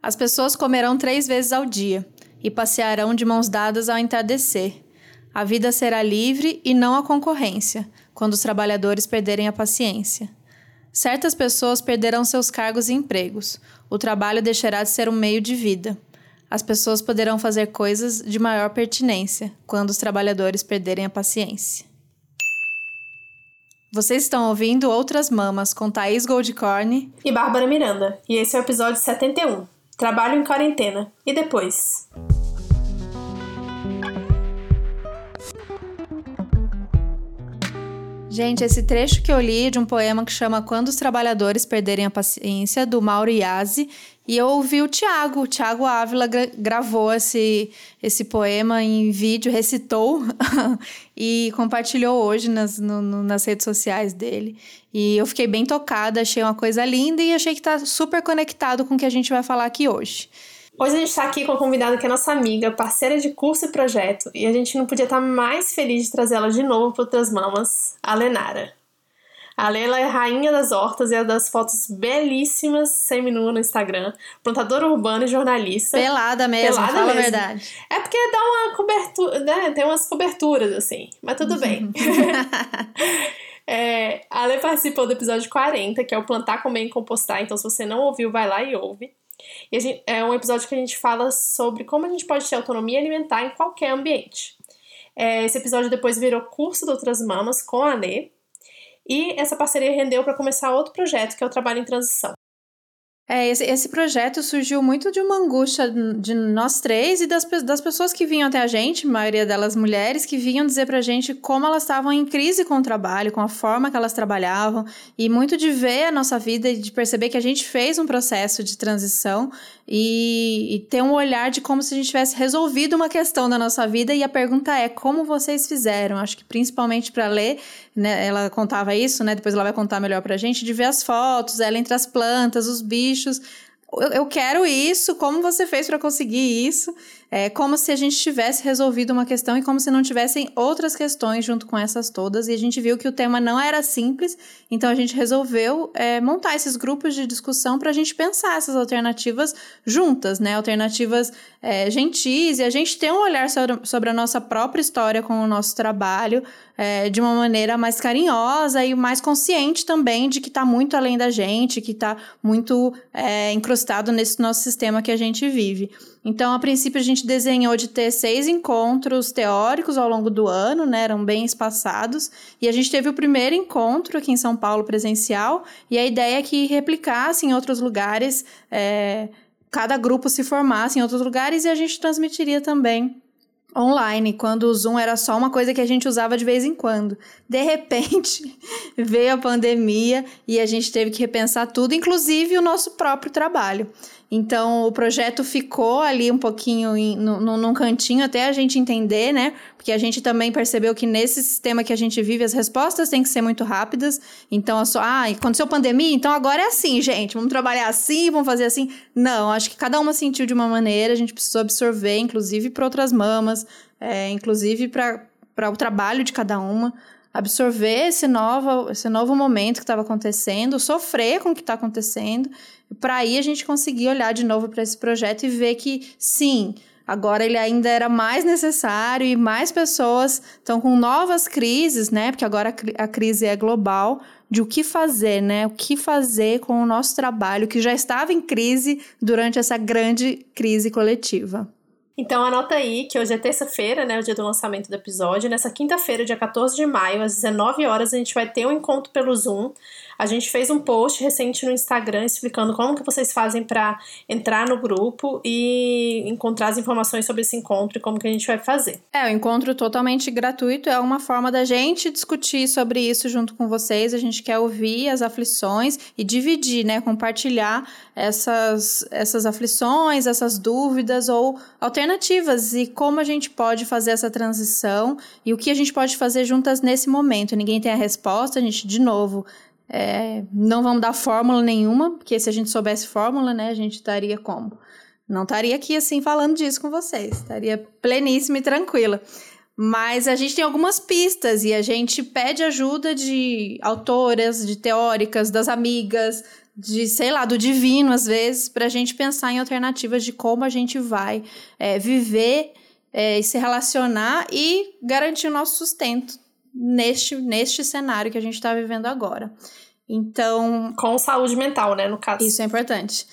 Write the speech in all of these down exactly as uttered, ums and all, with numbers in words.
As pessoas comerão três vezes ao dia e passearão de mãos dadas ao entardecer. A vida será livre e não a concorrência, quando os trabalhadores perderem a paciência. Certas pessoas perderão seus cargos e empregos. O trabalho deixará de ser um meio de vida. As pessoas poderão fazer coisas de maior pertinência, quando os trabalhadores perderem a paciência. Vocês estão ouvindo Outras Mamas com Thaís Goldcorn e Bárbara Miranda. E esse é o episódio setenta e um. Trabalho em quarentena. E depois? Gente, esse trecho que eu li é de um poema que chama Quando os Trabalhadores Perderem a Paciência, do Mauro Iazzi, e eu ouvi o Thiago, o Thiago Ávila gra- gravou esse, esse poema em vídeo, recitou e compartilhou hoje nas, no, no, nas redes sociais dele. E eu fiquei bem tocada, achei uma coisa linda e achei que está super conectado com o que a gente vai falar aqui hoje. Hoje a gente está aqui com a convidada que é nossa amiga, parceira de curso e projeto, e a gente não podia estar mais feliz de trazê-la de novo para Outras Mamas, a Lenara. A Lê, ela é rainha das hortas e é das fotos belíssimas seminua no Instagram, plantadora urbana e jornalista. Pelada mesmo, Pelada fala mesmo. a verdade. É porque dá uma cobertura, né? Tem umas coberturas assim, mas tudo bem. É, a Lê participou do episódio quarenta, que é o Plantar, Comer e Compostar, então se você não ouviu, vai lá e ouve. E a gente, é um episódio que a gente fala sobre como a gente pode ter autonomia alimentar em qualquer ambiente. É, esse episódio depois virou curso de Outras Mamas com a Lê. E essa parceria rendeu para começar outro projeto, que é o Trabalho em Transição. É, esse, esse projeto surgiu muito de uma angústia de nós três e das, das pessoas que vinham até a gente, a maioria delas mulheres, que vinham dizer pra gente como elas estavam em crise com o trabalho, com a forma que elas trabalhavam, e muito de ver a nossa vida e de perceber que a gente fez um processo de transição e, e ter um olhar de como se a gente tivesse resolvido uma questão da nossa vida, e a pergunta é, como vocês fizeram? Acho que principalmente pra Lê, né, ela contava isso, né, depois ela vai contar melhor pra gente, de ver as fotos, ela entre as plantas, os bichos. Eu, eu quero isso, como você fez para conseguir isso? É como se a gente tivesse resolvido uma questão e como se não tivessem outras questões junto com essas todas. E a gente viu que o tema não era simples, então a gente resolveu é, montar esses grupos de discussão para a gente pensar essas alternativas juntas, né? Alternativas é, gentis, e a gente ter um olhar sobre, sobre a nossa própria história com o nosso trabalho é, de uma maneira mais carinhosa e mais consciente também de que está muito além da gente, que está muito é, incrustado nesse nosso sistema que a gente vive. Então, a princípio, a gente desenhou de ter seis encontros teóricos ao longo do ano, né? Eram bem espaçados. E a gente teve o primeiro encontro aqui em São Paulo presencial. E a ideia é que replicasse em outros lugares, é, cada grupo se formasse em outros lugares e a gente transmitiria também online, quando o Zoom era só uma coisa que a gente usava de vez em quando. De repente, veio a pandemia e a gente teve que repensar tudo, inclusive o nosso próprio trabalho. Então, o projeto ficou ali um pouquinho em, no, no, num cantinho até a gente entender, né? Porque a gente também percebeu que nesse sistema que a gente vive, as respostas têm que ser muito rápidas. Então, a só, ah, aconteceu pandemia, então agora é assim, gente. Vamos trabalhar assim, vamos fazer assim. Não, acho que cada uma sentiu de uma maneira, a gente precisou absorver, inclusive para Outras Mamas, é, inclusive para o trabalho de cada uma. Absorver esse novo, esse novo momento que estava acontecendo, sofrer com o que está acontecendo, para aí a gente conseguir olhar de novo para esse projeto e ver que, sim, agora ele ainda era mais necessário e mais pessoas estão com novas crises, né? Porque agora a crise é global, de o que fazer, né? O que fazer com o nosso trabalho, que já estava em crise durante essa grande crise coletiva. Então anota aí que hoje é terça-feira, né, o dia do lançamento do episódio. Nessa quinta-feira, dia quatorze de maio, às dezenove horas, a gente vai ter um encontro pelo Zoom. A gente fez um post recente no Instagram explicando como que vocês fazem para entrar no grupo e encontrar as informações sobre esse encontro e como que a gente vai fazer. É, o encontro totalmente gratuito é uma forma da gente discutir sobre isso junto com vocês. A gente quer ouvir as aflições e dividir, né, compartilhar essas, essas aflições, essas dúvidas ou alternativas e como a gente pode fazer essa transição e o que a gente pode fazer juntas nesse momento. Ninguém tem a resposta, a gente, de novo... É, não vamos dar fórmula nenhuma, porque se a gente soubesse fórmula, né, a gente estaria como? Não estaria aqui assim falando disso com vocês, estaria pleníssima e tranquila. Mas a gente tem algumas pistas e a gente pede ajuda de autoras, de teóricas, das amigas, de, sei lá, do divino, às vezes, para a gente pensar em alternativas de como a gente vai é, viver é, e se relacionar e garantir o nosso sustento neste, neste cenário que a gente está vivendo agora. Então... Com saúde mental, né, no caso. Isso é importante.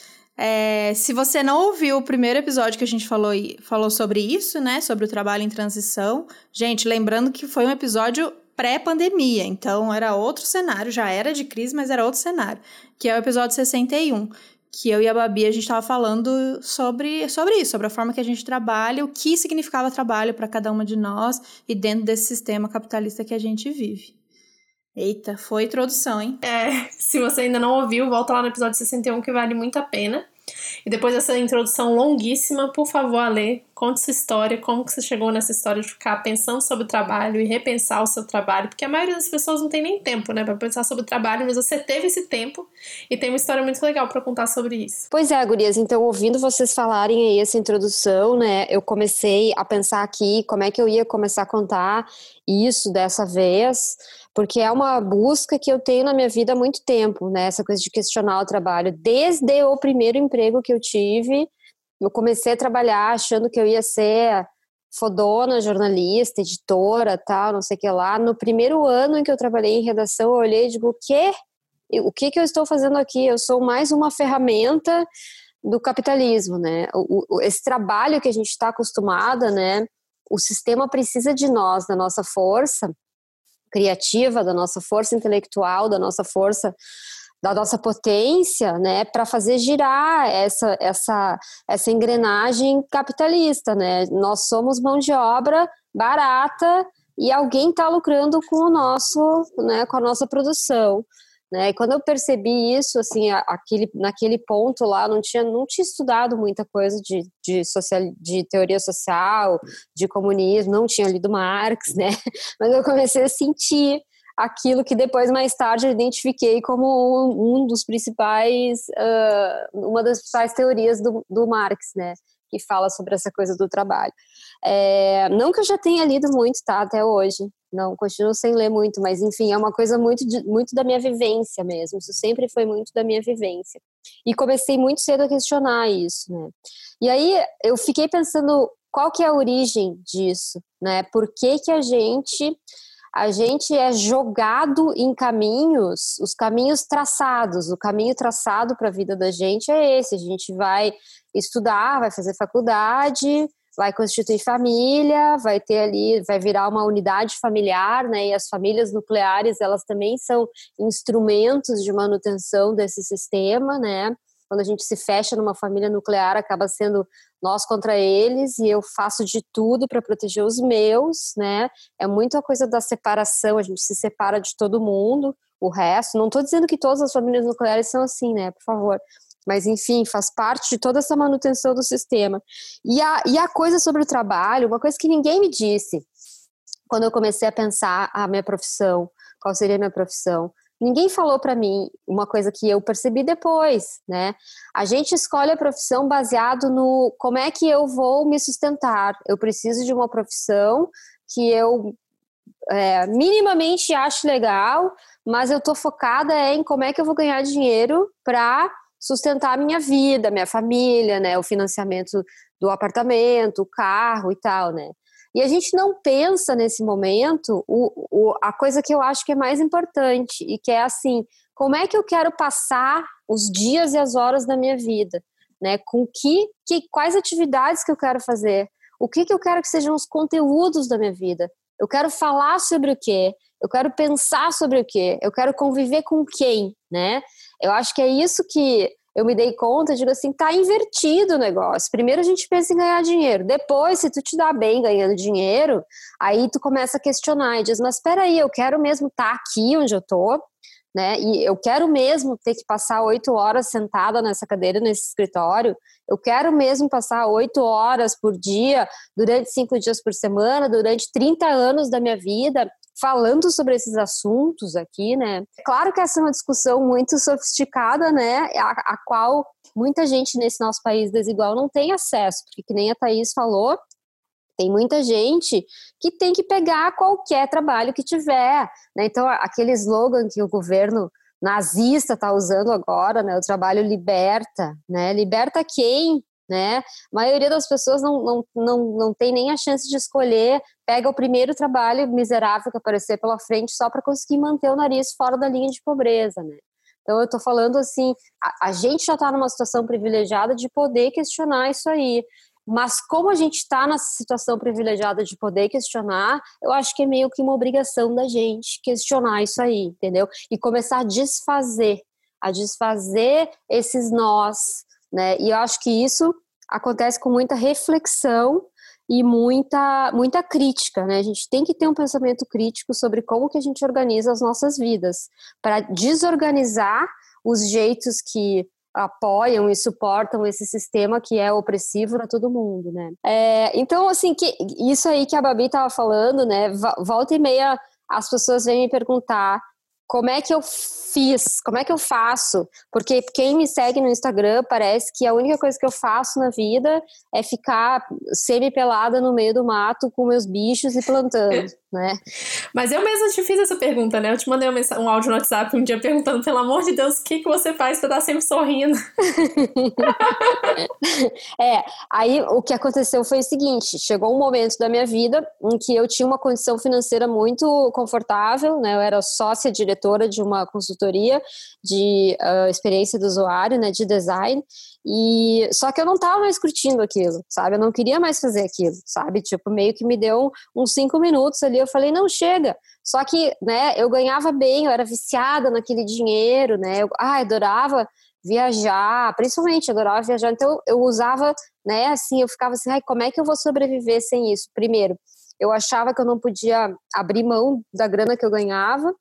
É, se você não ouviu o primeiro episódio que a gente falou, falou sobre isso, né, sobre o trabalho em transição, gente, lembrando que foi um episódio pré-pandemia, então era outro cenário, já era de crise, mas era outro cenário, que é o episódio sessenta e um, que eu e a Babi, a gente estava falando sobre, sobre isso, sobre a forma que a gente trabalha, o que significava trabalho para cada uma de nós e dentro desse sistema capitalista que a gente vive. Eita, foi introdução, hein? É, se você ainda não ouviu, volta lá no episódio sessenta e um, que vale muito a pena. E depois dessa introdução longuíssima, por favor, Ale, conte sua história, como que você chegou nessa história de ficar pensando sobre o trabalho e repensar o seu trabalho, porque a maioria das pessoas não tem nem tempo, né, para pensar sobre o trabalho, mas você teve esse tempo e tem uma história muito legal para contar sobre isso. Pois é, gurias, então ouvindo vocês falarem aí essa introdução, né, eu comecei a pensar aqui como é que eu ia começar a contar isso dessa vez, porque é uma busca que eu tenho na minha vida há muito tempo, né, essa coisa de questionar o trabalho. Desde o primeiro emprego que eu tive, eu comecei a trabalhar achando que eu ia ser fodona, jornalista, editora, tal, não sei o que lá. No primeiro ano em que eu trabalhei em redação, eu olhei e digo, o quê? O que que eu estou fazendo aqui? Eu sou mais uma ferramenta do capitalismo, né? O, o, esse trabalho que a gente está acostumada, né? O sistema precisa de nós, da nossa força criativa, da nossa força intelectual, da nossa força, da nossa potência, né, para fazer girar essa, essa, essa engrenagem capitalista, né? Nós somos mão de obra barata e alguém está lucrando com o nosso, né, com a nossa produção. Né? E quando eu percebi isso, assim, aquele, naquele ponto lá, não tinha, não tinha estudado muita coisa de, de, social, de teoria social, de comunismo, não tinha lido Marx, né? Mas eu comecei a sentir aquilo que depois, mais tarde, eu identifiquei como um, um dos principais, uh, uma das principais teorias do, do Marx, né? Que fala sobre essa coisa do trabalho. É, não que eu já tenha lido muito, tá, até hoje, não, continuo sem ler muito, mas enfim, é uma coisa muito, de, muito da minha vivência mesmo, isso sempre foi muito da minha vivência. E comecei muito cedo a questionar isso, né. E aí eu fiquei pensando qual que é a origem disso, né, por que que a gente... A gente é jogado em caminhos, os caminhos traçados, o caminho traçado para a vida da gente é esse, a gente vai estudar, vai fazer faculdade, vai constituir família, vai ter ali, vai virar uma unidade familiar, né, e as famílias nucleares, elas também são instrumentos de manutenção desse sistema, né. Quando a gente se fecha numa família nuclear, acaba sendo nós contra eles, e eu faço de tudo para proteger os meus, né? É muito a coisa da separação, a gente se separa de todo mundo, o resto. Não estou dizendo que todas as famílias nucleares são assim, né? Por favor. Mas, enfim, faz parte de toda essa manutenção do sistema. E a, e a coisa sobre o trabalho, uma coisa que ninguém me disse, quando eu comecei a pensar a minha profissão, qual seria a minha profissão, ninguém falou para mim uma coisa que eu percebi depois, né? A gente escolhe a profissão baseado no como é que eu vou me sustentar. Eu preciso de uma profissão que eu é, minimamente acho legal, mas eu tô focada em como é que eu vou ganhar dinheiro para sustentar a minha vida, minha família, né? O financiamento do apartamento, o carro e tal, né? E a gente não pensa nesse momento o, o, a coisa que eu acho que é mais importante, e que é assim, como é que eu quero passar os dias e as horas da minha vida, né? Com que, que, quais atividades que eu quero fazer, o que, que eu quero que sejam os conteúdos da minha vida, eu quero falar sobre o quê, eu quero pensar sobre o quê, eu quero conviver com quem, né? Eu acho que é isso que eu me dei conta, digo assim, tá invertido o negócio. Primeiro a gente pensa em ganhar dinheiro. Depois, se tu te dá bem ganhando dinheiro, aí tu começa a questionar e diz, mas espera aí, eu quero mesmo estar aqui onde eu tô, né? E eu quero mesmo ter que passar oito horas sentada nessa cadeira, nesse escritório. Eu quero mesmo passar oito horas por dia, durante cinco dias por semana, durante trinta anos da minha vida, falando sobre esses assuntos aqui, né? Claro que essa é uma discussão muito sofisticada, né? A, a qual muita gente nesse nosso país desigual não tem acesso, porque que nem a Thaís falou, tem muita gente que tem que pegar qualquer trabalho que tiver, né? Então, aquele slogan que o governo nazista está usando agora, né? O trabalho liberta, né? Liberta quem? Né? A maioria das pessoas não, não, não, não tem nem a chance de escolher, pega o primeiro trabalho miserável que aparecer pela frente só para conseguir manter o nariz fora da linha de pobreza, né? Então eu tô falando assim, a, a gente já está numa situação privilegiada de poder questionar isso aí, mas como a gente está nessa situação privilegiada de poder questionar, eu acho que é meio que uma obrigação da gente questionar isso aí, entendeu? E começar a desfazer, a desfazer esses nós, né? E eu acho que isso acontece com muita reflexão e muita, muita crítica, né? A gente tem que ter um pensamento crítico sobre como que a gente organiza as nossas vidas, para desorganizar os jeitos que apoiam e suportam esse sistema que é opressivo para todo mundo, né? É, então, assim, que, isso aí que a Babi estava falando, né? Volta e meia as pessoas vêm me perguntar como é que eu fiz, como é que eu faço? Porque quem me segue no Instagram parece que a única coisa que eu faço na vida é ficar semi-pelada no meio do mato com meus bichos e plantando, né? Mas eu mesma te fiz essa pergunta, né? Eu te mandei um áudio no WhatsApp um dia perguntando, pelo amor de Deus, o que, que você faz pra estar sempre sorrindo? É, aí o que aconteceu foi o seguinte, chegou um momento da minha vida em que eu tinha uma condição financeira muito confortável, né? Eu era sócia diretora de uma consultoria de uh, experiência do usuário, né? De design, e só que eu não estava mais curtindo aquilo, sabe? Eu não queria mais fazer aquilo, sabe? Tipo, meio que me deu uns cinco minutos ali, eu falei, não, chega. Só que, né, eu ganhava bem, eu era viciada naquele dinheiro, né? Eu, ah, eu adorava viajar, principalmente, eu adorava viajar, então eu usava, né, assim, eu ficava assim, ai, como é que eu vou sobreviver sem isso? Primeiro, eu achava que eu não podia abrir mão da grana que eu ganhava,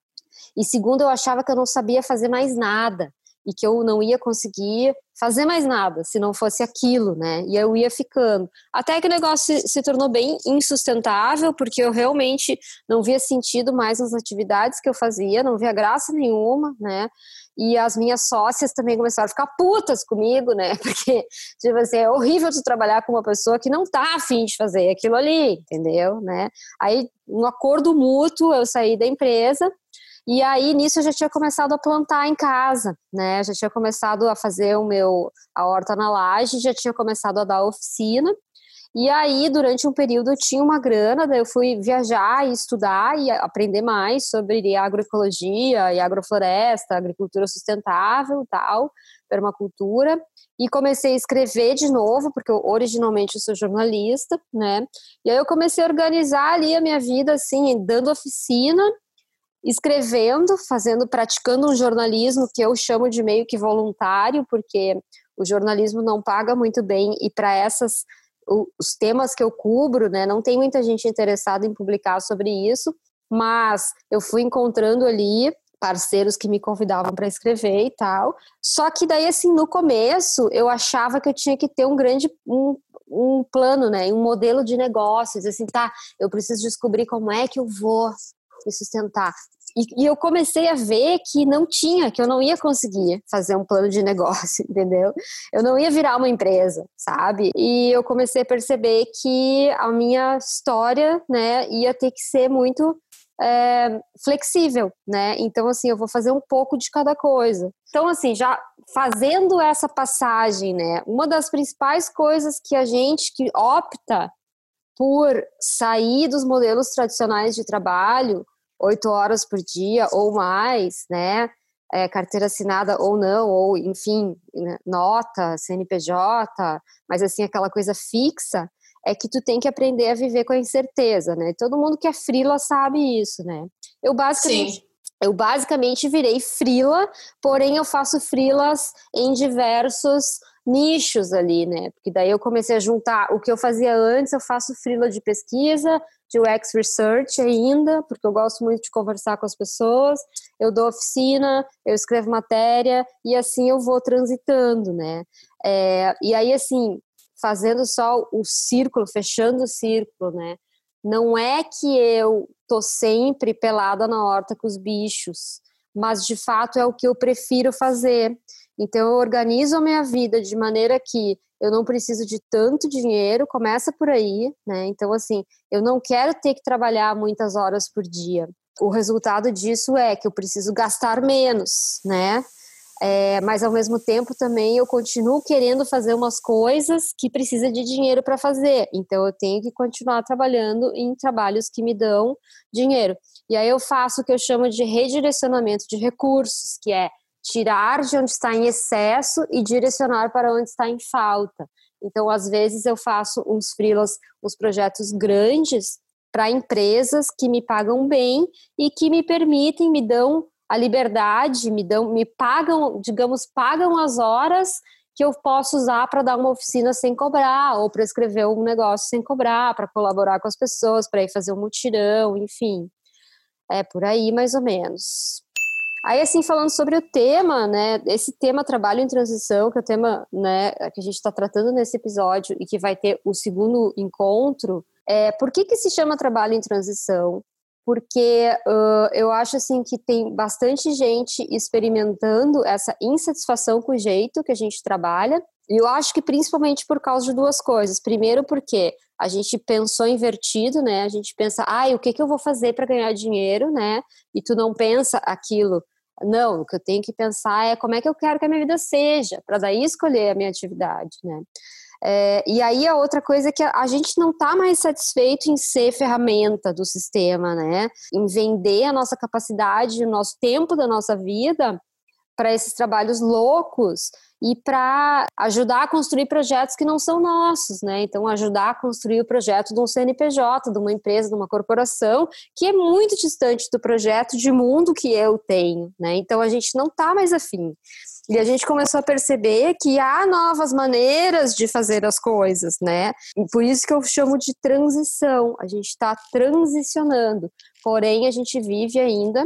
e segundo, eu achava que eu não sabia fazer mais nada, e que eu não ia conseguir fazer mais nada, se não fosse aquilo, né, e eu ia ficando, até que o negócio se, se tornou bem insustentável, porque eu realmente não via sentido mais nas atividades que eu fazia, não via graça nenhuma, né, e as minhas sócias também começaram a ficar putas comigo, né, porque, tipo assim, é horrível tu trabalhar com uma pessoa que não tá afim de fazer aquilo ali, entendeu, né, aí, um acordo mútuo, eu saí da empresa. E aí, nisso, eu já tinha começado a plantar em casa, né? Já tinha começado a fazer o meu, a horta na laje, já tinha começado a dar oficina. E aí, durante um período, eu tinha uma grana, daí eu fui viajar e estudar e aprender mais sobre agroecologia e agrofloresta, agricultura sustentável e tal, permacultura. E comecei a escrever de novo, porque eu, originalmente eu sou jornalista, né? E aí eu comecei a organizar ali a minha vida, assim, dando oficina, escrevendo, fazendo, praticando um jornalismo que eu chamo de meio que voluntário, porque o jornalismo não paga muito bem e para essas, os temas que eu cubro, né, não tem muita gente interessada em publicar sobre isso, mas eu fui encontrando ali parceiros que me convidavam para escrever e tal, só que daí assim, no começo eu achava que eu tinha que ter um grande, um, um plano, né, um modelo de negócios, assim, tá, eu preciso descobrir como é que eu vou me sustentar. E, e eu comecei a ver que não tinha, que eu não ia conseguir fazer um plano de negócio, entendeu? Eu não ia virar uma empresa, sabe? E eu comecei a perceber que a minha história, né, ia ter que ser muito é, flexível, né? Então, assim, eu vou fazer um pouco de cada coisa. Então, assim, já fazendo essa passagem, né, uma das principais coisas que a gente que opta por sair dos modelos tradicionais de trabalho, oito horas por dia ou mais, né, é, carteira assinada ou não, ou enfim, nota, C N P J, mas assim, aquela coisa fixa, é que tu tem que aprender a viver com a incerteza, né, todo mundo que é freela sabe isso, né, eu basicamente... Sim. Eu basicamente virei freela, porém eu faço freelas em diversos nichos ali, né? Porque daí eu comecei a juntar o que eu fazia antes, eu faço freela de pesquisa, de U X Research ainda, porque eu gosto muito de conversar com as pessoas, eu dou oficina, eu escrevo matéria, e assim eu vou transitando, né? É, e aí, assim, fazendo só o círculo, fechando o círculo, né? Não é que eu tô sempre pelada na horta com os bichos, mas de fato é o que eu prefiro fazer. Então eu organizo a minha vida de maneira que eu não preciso de tanto dinheiro, começa por aí, né? Então assim, eu não quero ter que trabalhar muitas horas por dia. o resultado disso é que eu preciso gastar menos, né? É, mas ao mesmo tempo também eu continuo querendo fazer umas coisas que precisa de dinheiro para fazer, então eu tenho que continuar trabalhando em trabalhos que me dão dinheiro. E aí eu faço o que eu chamo de redirecionamento de recursos, que é tirar de onde está em excesso e direcionar para onde está em falta. Então, às vezes eu faço uns freelas, uns projetos grandes para empresas que me pagam bem e que me permitem, me dão a liberdade, me dão, me pagam, digamos, pagam as horas que eu posso usar para dar uma oficina sem cobrar, ou para escrever um negócio sem cobrar, para colaborar com as pessoas, para ir fazer um mutirão, enfim. É por aí, mais ou menos. Aí, assim, falando sobre o tema, né, esse tema trabalho em transição, que é o tema, né, que a gente está tratando nesse episódio e que vai ter o segundo encontro, é, por que que se chama trabalho em transição? Porque uh, eu acho assim que tem bastante gente experimentando essa insatisfação com o jeito que a gente trabalha, e eu acho que principalmente por causa de duas coisas. Primeiro porque a gente pensou invertido, né? A gente pensa, ah, o que que eu vou fazer para ganhar dinheiro, né? E tu não pensa aquilo. Não, o que eu tenho que pensar é como é que eu quero que a minha vida seja, para daí escolher a minha atividade, né? É, e aí a outra coisa é que a gente não está mais satisfeito em ser ferramenta do sistema, né? Em vender a nossa capacidade, o nosso tempo da nossa vida para esses trabalhos loucos e para ajudar a construir projetos que não são nossos, né? Então, ajudar a construir o projeto de um C N P J, de uma empresa, de uma corporação, que é muito distante do projeto de mundo que eu tenho, né? Então, a gente não está mais afim. E a gente começou a perceber que há novas maneiras de fazer as coisas, né? E por isso que eu chamo de transição. A gente está transicionando. Porém, a gente vive ainda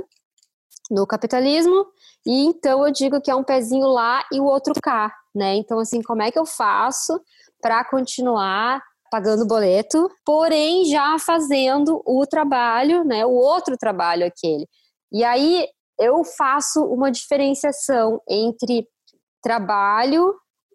no capitalismo, e então eu digo que é um pezinho lá e o outro cá, né? Então, assim, como é que eu faço para continuar pagando boleto, porém já fazendo o trabalho, né? O outro trabalho aquele. E aí eu faço uma diferenciação entre trabalho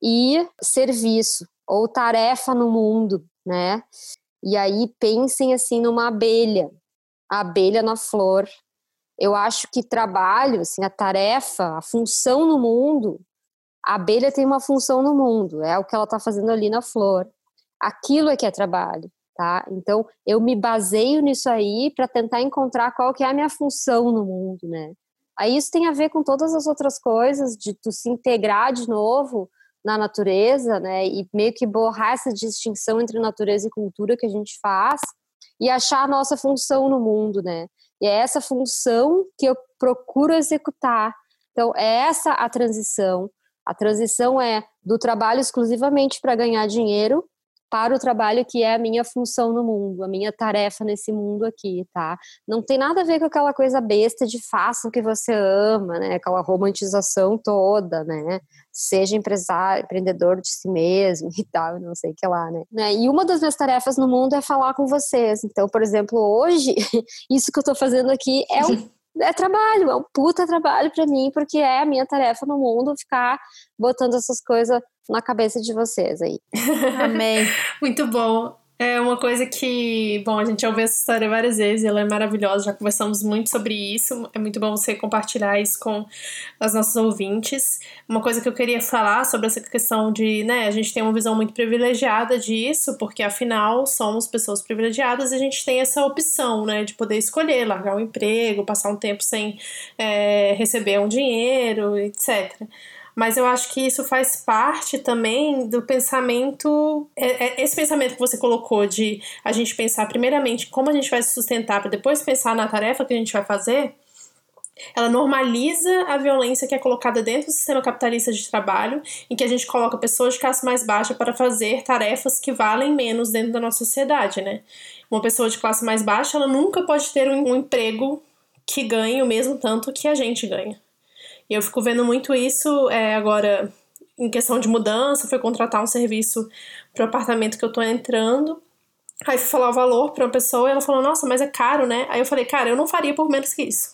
e serviço, ou tarefa no mundo, né? E aí pensem assim numa abelha, a abelha na flor. Eu acho que trabalho, assim, a tarefa, a função no mundo, a abelha tem uma função no mundo, é o que ela está fazendo ali na flor. Aquilo é que é trabalho, tá? Então, eu me baseio nisso aí para tentar encontrar qual que é a minha função no mundo, né? Aí isso tem a ver com todas as outras coisas, de tu se integrar de novo na natureza, né? E meio que borrar essa distinção entre natureza e cultura que a gente faz e achar a nossa função no mundo, né? E é essa função que eu procuro executar. Então, é essa a transição. A transição é do trabalho exclusivamente para ganhar dinheiro para o trabalho que é a minha função no mundo, a minha tarefa nesse mundo aqui, tá? Não tem nada a ver com aquela coisa besta de faça o que você ama, né? Aquela romantização toda, né? Seja empresário, empreendedor de si mesmo e tal, não sei o que lá, né? E uma das minhas tarefas no mundo é falar com vocês. Então, por exemplo, hoje, isso que eu tô fazendo aqui é um É trabalho, é um puta trabalho pra mim, porque é a minha tarefa no mundo ficar botando essas coisas na cabeça de vocês aí. Amém. Muito bom. É uma coisa que, bom, a gente já ouviu essa história várias vezes, ela é maravilhosa, já conversamos muito sobre isso, é muito bom você compartilhar isso com as nossas ouvintes. Uma coisa que eu queria falar sobre essa questão de, né, a gente tem uma visão muito privilegiada disso, porque afinal somos pessoas privilegiadas e a gente tem essa opção, né, de poder escolher, largar um emprego, passar um tempo sem é, receber um dinheiro, etcétera. Mas eu acho que isso faz parte também do pensamento, esse pensamento que você colocou de a gente pensar primeiramente como a gente vai se sustentar para depois pensar na tarefa que a gente vai fazer, ela normaliza a violência que é colocada dentro do sistema capitalista de trabalho, em que a gente coloca pessoas de classe mais baixa para fazer tarefas que valem menos dentro da nossa sociedade, né? Uma pessoa de classe mais baixa, ela nunca pode ter um, um emprego que ganhe o mesmo tanto que a gente ganha. E eu fico vendo muito isso é, agora em questão de mudança, fui contratar um serviço para o apartamento que eu tô entrando, aí fui falar o valor para uma pessoa e ela falou, nossa, mas é caro, né? Aí eu falei, cara, eu não faria por menos que isso.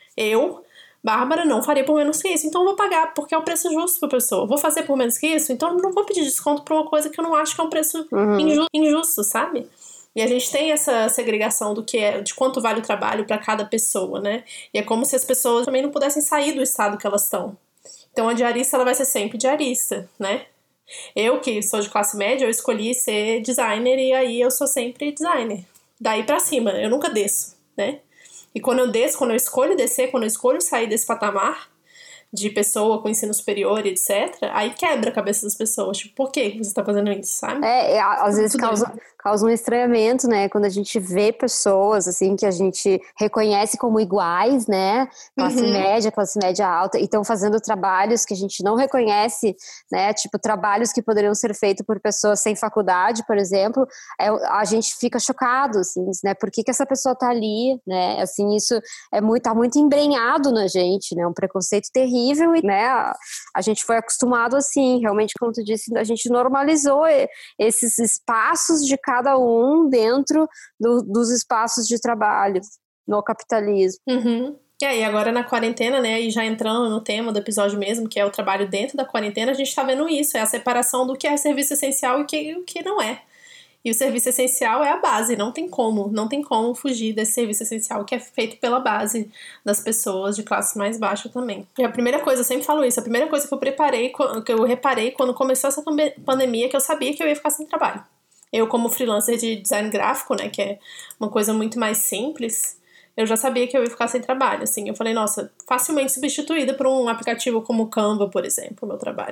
Eu, Bárbara, não faria por menos que isso, então eu vou pagar, porque é o preço justo para a pessoa. Vou fazer por menos que isso, então eu não vou pedir desconto por uma coisa que eu não acho que é um preço uhum. injusto, injusto, sabe? E a gente tem essa segregação do que é, de quanto vale o trabalho para cada pessoa, né? E é como se as pessoas também não pudessem sair do estado que elas estão. Então a diarista, ela vai ser sempre diarista, né? Eu, que sou de classe média, eu escolhi ser designer e aí eu sou sempre designer. Daí pra cima, eu nunca desço, né? E quando eu desço, quando eu escolho descer, quando eu escolho sair desse patamar de pessoa com ensino superior, etcétera, aí quebra a cabeça das pessoas. Tipo, por que você tá fazendo isso, sabe? É, é às vezes causa, causa um estranhamento, né? Quando a gente vê pessoas, assim, que a gente reconhece como iguais, né? Classe Uhum. média, classe média alta, e estão fazendo trabalhos que a gente não reconhece, né? Tipo, trabalhos que poderiam ser feitos por pessoas sem faculdade, por exemplo, é, a gente fica chocado, assim, né? Por que que essa pessoa tá ali, né? Assim, isso é muito, tá muito embrenhado na gente, né? Um preconceito terrível. E, né, a, a gente foi acostumado assim, realmente, como tu disse, a gente normalizou esses espaços de cada um dentro do, dos espaços de trabalho no capitalismo. Uhum. E aí, agora na quarentena, né, e já entrando no tema do episódio mesmo, que é o trabalho dentro da quarentena, a gente tá vendo isso, é a separação do que é serviço essencial e o que, o que não é. E o serviço essencial é a base, não tem como, não tem como fugir desse serviço essencial que é feito pela base das pessoas de classe mais baixa também. E a primeira coisa, eu sempre falo isso, a primeira coisa que eu preparei, que eu reparei quando começou essa pandemia, que eu sabia que eu ia ficar sem trabalho. Eu, como freelancer de design gráfico, né, que é uma coisa muito mais simples, eu já sabia que eu ia ficar sem trabalho, assim. Eu falei, nossa, facilmente substituída por um aplicativo como o Canva, por exemplo, o meu trabalho.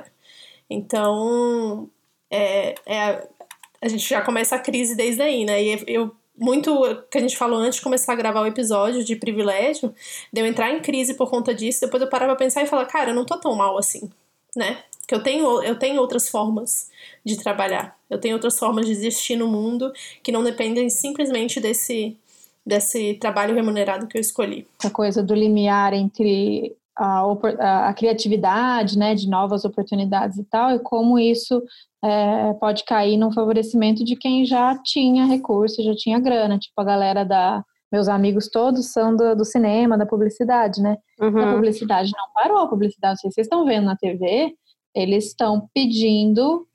Então, é... é a gente já começa a crise desde aí, né? E eu, muito que a gente falou antes de começar a gravar o episódio de privilégio, de eu entrar em crise por conta disso, depois eu parar pra pensar e falar, cara, eu não tô tão mal assim, né? Porque eu tenho, eu tenho outras formas de trabalhar, eu tenho outras formas de existir no mundo que não dependem simplesmente desse, desse trabalho remunerado que eu escolhi. Essa coisa do limiar entre a, a, a criatividade, né, de novas oportunidades e tal, e como isso é, pode cair no favorecimento de quem já tinha recurso, já tinha grana, tipo a galera da... Meus amigos todos são do, do cinema, da publicidade, né? Uhum. A publicidade não parou, a publicidade, não sei se vocês estão vendo na T V, eles estão pedindo,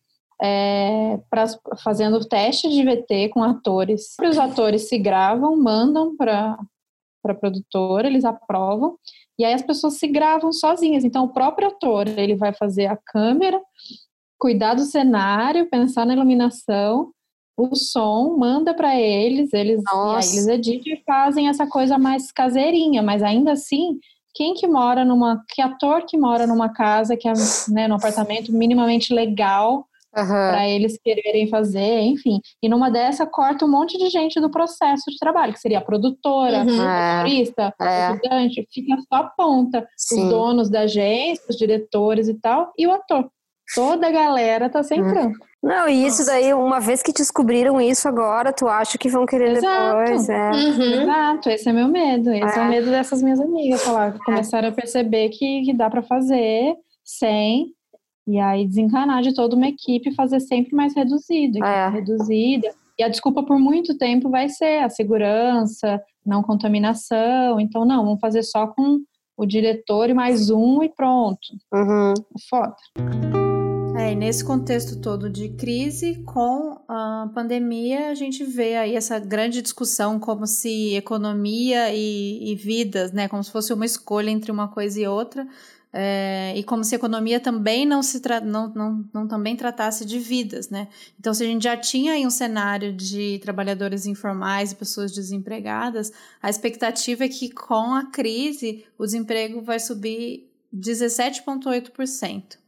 é, pra, fazendo teste de V T com atores. Os atores se gravam, mandam para a produtora, eles aprovam, e aí as pessoas se gravam sozinhas. Então, o próprio ator, ele vai fazer a câmera, cuidar do cenário, pensar na iluminação, o som, manda para eles, eles, e aí eles editam e fazem essa coisa mais caseirinha, mas ainda assim, quem que mora numa, que ator que mora numa casa, que é, né, num apartamento minimamente legal, uhum. para eles quererem fazer, enfim, e numa dessa corta um monte de gente do processo de trabalho, que seria a produtora, uhum. o motorista, é. o estudante, fica só a ponta, Sim. os donos da agência, os diretores e tal, e o ator. Toda a galera tá sem trampo. Uhum. Não, e isso daí, uma vez que descobriram isso agora, tu acha que vão querer Exato. depois. É. Uhum. Exato, esse é meu medo. Esse é, é o medo dessas minhas amigas. Falar, começaram a perceber que, que dá pra fazer sem, e aí desencanar de toda uma equipe e fazer sempre mais reduzido. É. Reduzida. E a desculpa por muito tempo vai ser a segurança, não contaminação. Então, não, vamos fazer só com o diretor e mais um e pronto. Uhum. É foda. É, e nesse contexto todo de crise, com a pandemia, a gente vê aí essa grande discussão como se economia e, e vidas, né, como se fosse uma escolha entre uma coisa e outra, é, e como se a economia também não, se tra- não, não, não também tratasse de vidas, né? Então, se a gente já tinha aí um cenário de trabalhadores informais e pessoas desempregadas, a expectativa é que com a crise o desemprego vai subir dezessete vírgula oito por cento.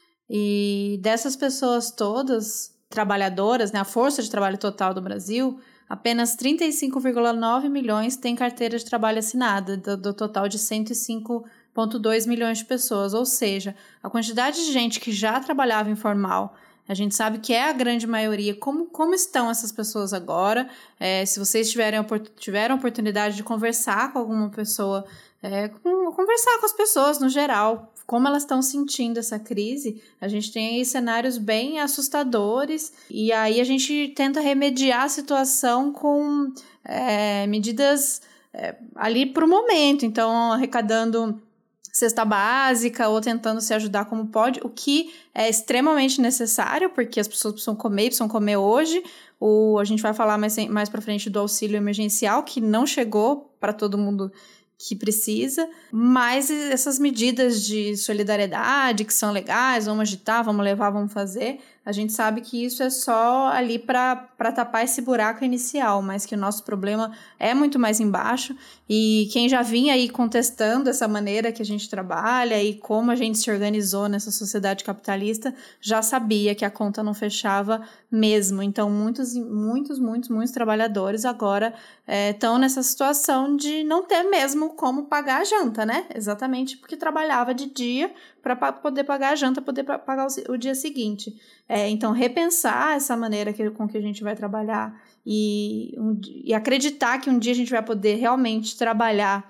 E dessas pessoas todas, trabalhadoras, né, a força de trabalho total do Brasil, apenas trinta e cinco vírgula nove milhões têm carteira de trabalho assinada, do, do total de cento e cinco vírgula dois milhões de pessoas. Ou seja, a quantidade de gente que já trabalhava informal, a gente sabe que é a grande maioria. Como, como estão essas pessoas agora? É, se vocês tiverem, tiveram a oportunidade de conversar com alguma pessoa, é, com, conversar com as pessoas no geral, como elas estão sentindo essa crise, a gente tem aí cenários bem assustadores, e aí a gente tenta remediar a situação com é, medidas é, ali para o momento, então arrecadando cesta básica ou tentando se ajudar como pode, o que é extremamente necessário, porque as pessoas precisam comer e precisam comer hoje. O, a gente vai falar mais, mais para frente do auxílio emergencial, que não chegou para todo mundo que precisa, mas essas medidas de solidariedade que são legais, vamos agitar, vamos levar, vamos fazer, a gente sabe que isso é só ali para tapar esse buraco inicial, mas que o nosso problema é muito mais embaixo, e quem já vinha aí contestando essa maneira que a gente trabalha e como a gente se organizou nessa sociedade capitalista, já sabia que a conta não fechava mesmo. Então, muitos, muitos, muitos, muitos trabalhadores agora estão é, nessa situação de não ter mesmo como pagar a janta, né? Exatamente porque trabalhava de dia para poder pagar a janta, poder pagar o, o dia seguinte. É, então, repensar essa maneira que, com que a gente vai trabalhar e, um, e acreditar que um dia a gente vai poder realmente trabalhar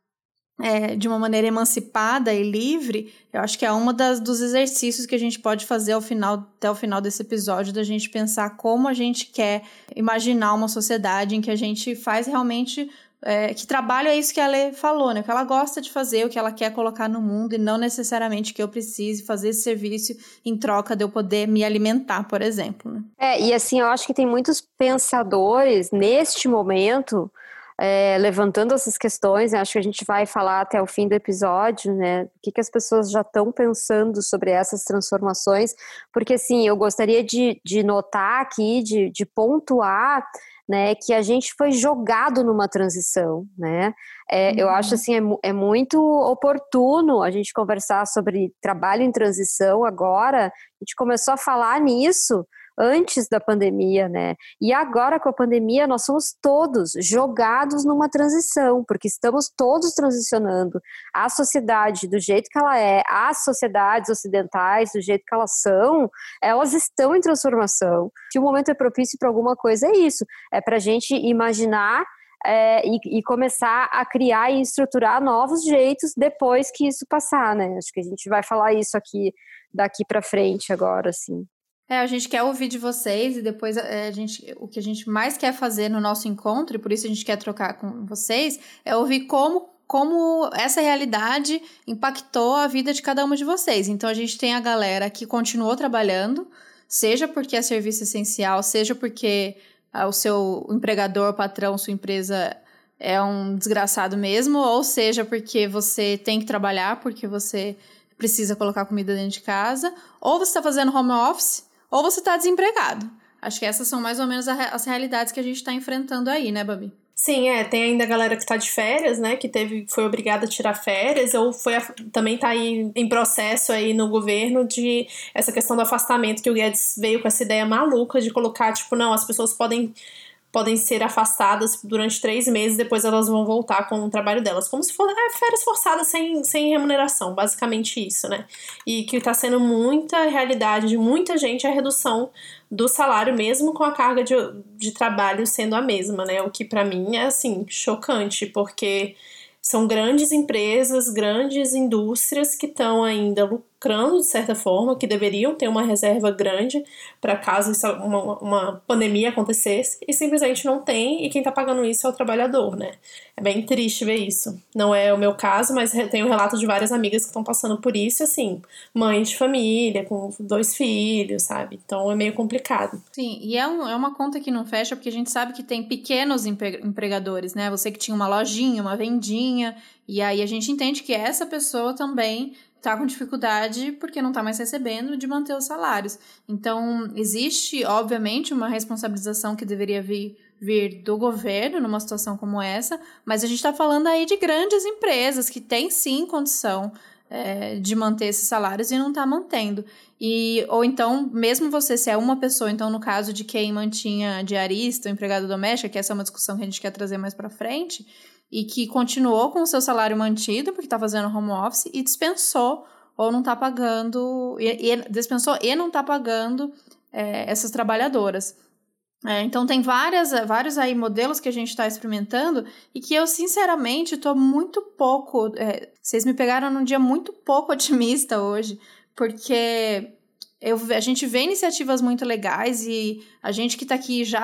é, de uma maneira emancipada e livre, eu acho que é uma das, dos exercícios que a gente pode fazer ao final, até o final desse episódio, da gente pensar como a gente quer imaginar uma sociedade em que a gente faz realmente... É, que trabalho é isso que a Lê falou, né? O que ela gosta de fazer, o que ela quer colocar no mundo, e não necessariamente que eu precise fazer esse serviço em troca de eu poder me alimentar, por exemplo. Né? É, e assim, eu acho que tem muitos pensadores neste momento é, levantando essas questões. Acho que a gente vai falar até o fim do episódio, né? O que, que as pessoas já estão pensando sobre essas transformações, porque assim, eu gostaria de, de notar aqui, de, de pontuar, né, que a gente foi jogado numa transição, né, é, uhum. Eu acho assim, é, é muito oportuno a gente conversar sobre trabalho em transição agora. A gente começou a falar nisso antes da pandemia, né, e agora com a pandemia nós somos todos jogados numa transição, porque estamos todos transicionando. A sociedade do jeito que ela é, as sociedades ocidentais do jeito que elas são, elas estão em transformação. Se o momento é propício para alguma coisa, é isso, é para a gente imaginar é, e, e começar a criar e estruturar novos jeitos depois que isso passar, né, acho que a gente vai falar isso aqui daqui para frente agora, assim. É, a gente quer ouvir de vocês e depois é, a gente, o que a gente mais quer fazer no nosso encontro, e por isso a gente quer trocar com vocês, é ouvir como, como essa realidade impactou a vida de cada uma de vocês. Então, a gente tem a galera que continuou trabalhando, seja porque é serviço essencial, seja porque ah, o seu empregador, o patrão, sua empresa é um desgraçado mesmo, ou seja porque você tem que trabalhar, porque você precisa colocar comida dentro de casa, ou você está fazendo home office, ou você está desempregado. Acho que essas são mais ou menos as realidades que a gente está enfrentando aí, né, Babi? Sim, é. Tem ainda a galera que está de férias, né? Que teve, foi obrigada a tirar férias, ou foi a, também está aí em processo aí no governo de essa questão do afastamento, que o Guedes veio com essa ideia maluca de colocar, tipo, não, as pessoas podem... podem ser afastadas durante três meses, depois elas vão voltar com o trabalho delas. Como se fosse é, férias forçadas sem, sem remuneração, basicamente isso, né? E que está sendo muita realidade de muita gente a redução do salário, mesmo com a carga de, de trabalho sendo a mesma, né? O que para mim é, assim, chocante, porque são grandes empresas, grandes indústrias que estão ainda lucrando de certa forma, que deveriam ter uma reserva grande para caso isso, uma, uma pandemia acontecesse, e simplesmente não tem, e quem está pagando isso é o trabalhador, né? É bem triste ver isso. Não é o meu caso, mas tenho relato de várias amigas que estão passando por isso, assim, mãe de família, com dois filhos, sabe? Então é meio complicado. Sim, e é, um, é uma conta que não fecha, porque a gente sabe que tem pequenos empregadores, né? Você que tinha uma lojinha, uma vendinha, e aí a gente entende que essa pessoa também está com dificuldade porque não está mais recebendo de manter os salários. Então, existe, obviamente, uma responsabilização que deveria vir, vir do governo numa situação como essa, mas a gente está falando aí de grandes empresas que têm, sim, condição é, de manter esses salários e não está mantendo. E, ou então, mesmo você, se é uma pessoa, então no caso de quem mantinha diarista ou empregada doméstica, que essa é uma discussão que a gente quer trazer mais para frente, e que continuou com o seu salário mantido, porque está fazendo home office, e dispensou ou não está pagando, e, e dispensou e não está pagando é, essas trabalhadoras. É, então, tem várias, vários aí modelos que a gente está experimentando e que eu, sinceramente, estou muito pouco... É, vocês me pegaram num dia muito pouco otimista hoje, porque eu, a gente vê iniciativas muito legais e a gente que está aqui já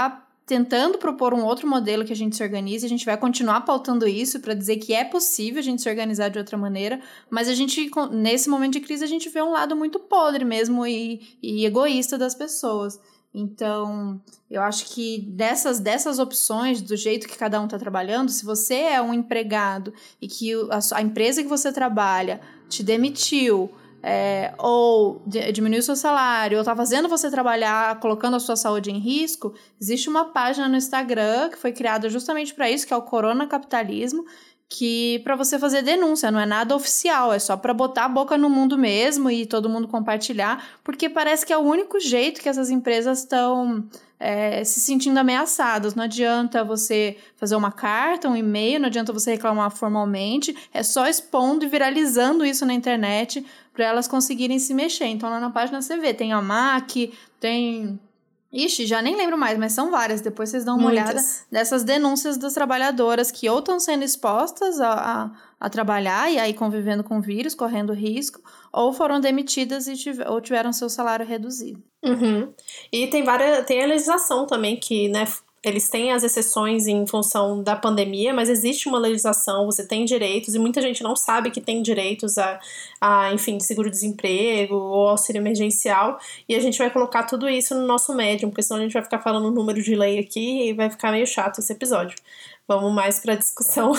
tentando propor um outro modelo que a gente se organize, a gente vai continuar pautando isso para dizer que é possível a gente se organizar de outra maneira, mas a gente, nesse momento de crise, a gente vê um lado muito podre mesmo e, e egoísta das pessoas. Então, eu acho que dessas, dessas opções, do jeito que cada um está trabalhando, se você é um empregado e que a, a empresa que você trabalha te demitiu, É, ou diminuir o seu salário, ou tá fazendo você trabalhar, colocando a sua saúde em risco, existe uma página no Instagram que foi criada justamente para isso, que é o Corona Capitalismo, que para você fazer denúncia, não é nada oficial, é só para botar a boca no mundo mesmo e todo mundo compartilhar, porque parece que é o único jeito que essas empresas estão é, se sentindo ameaçadas. Não adianta você fazer uma carta, um e-mail, não adianta você reclamar formalmente, é só expondo e viralizando isso na internet para elas conseguirem se mexer. Então, lá na página você vê, tem a M A C, tem... Ixi, já nem lembro mais, mas são várias. Depois vocês dão uma Muitas. olhada dessas denúncias das trabalhadoras que ou estão sendo expostas a, a, a trabalhar e aí convivendo com o vírus, correndo risco, ou foram demitidas e tive, ou tiveram seu salário reduzido. Uhum. E tem várias, tem a legislação também que, né, eles têm as exceções em função da pandemia, mas existe uma legislação, você tem direitos, e muita gente não sabe que tem direitos a, a enfim, seguro-desemprego ou auxílio emergencial, e a gente vai colocar tudo isso no nosso Medium, porque senão a gente vai ficar falando o número de lei aqui e vai ficar meio chato esse episódio. Vamos mais para a discussão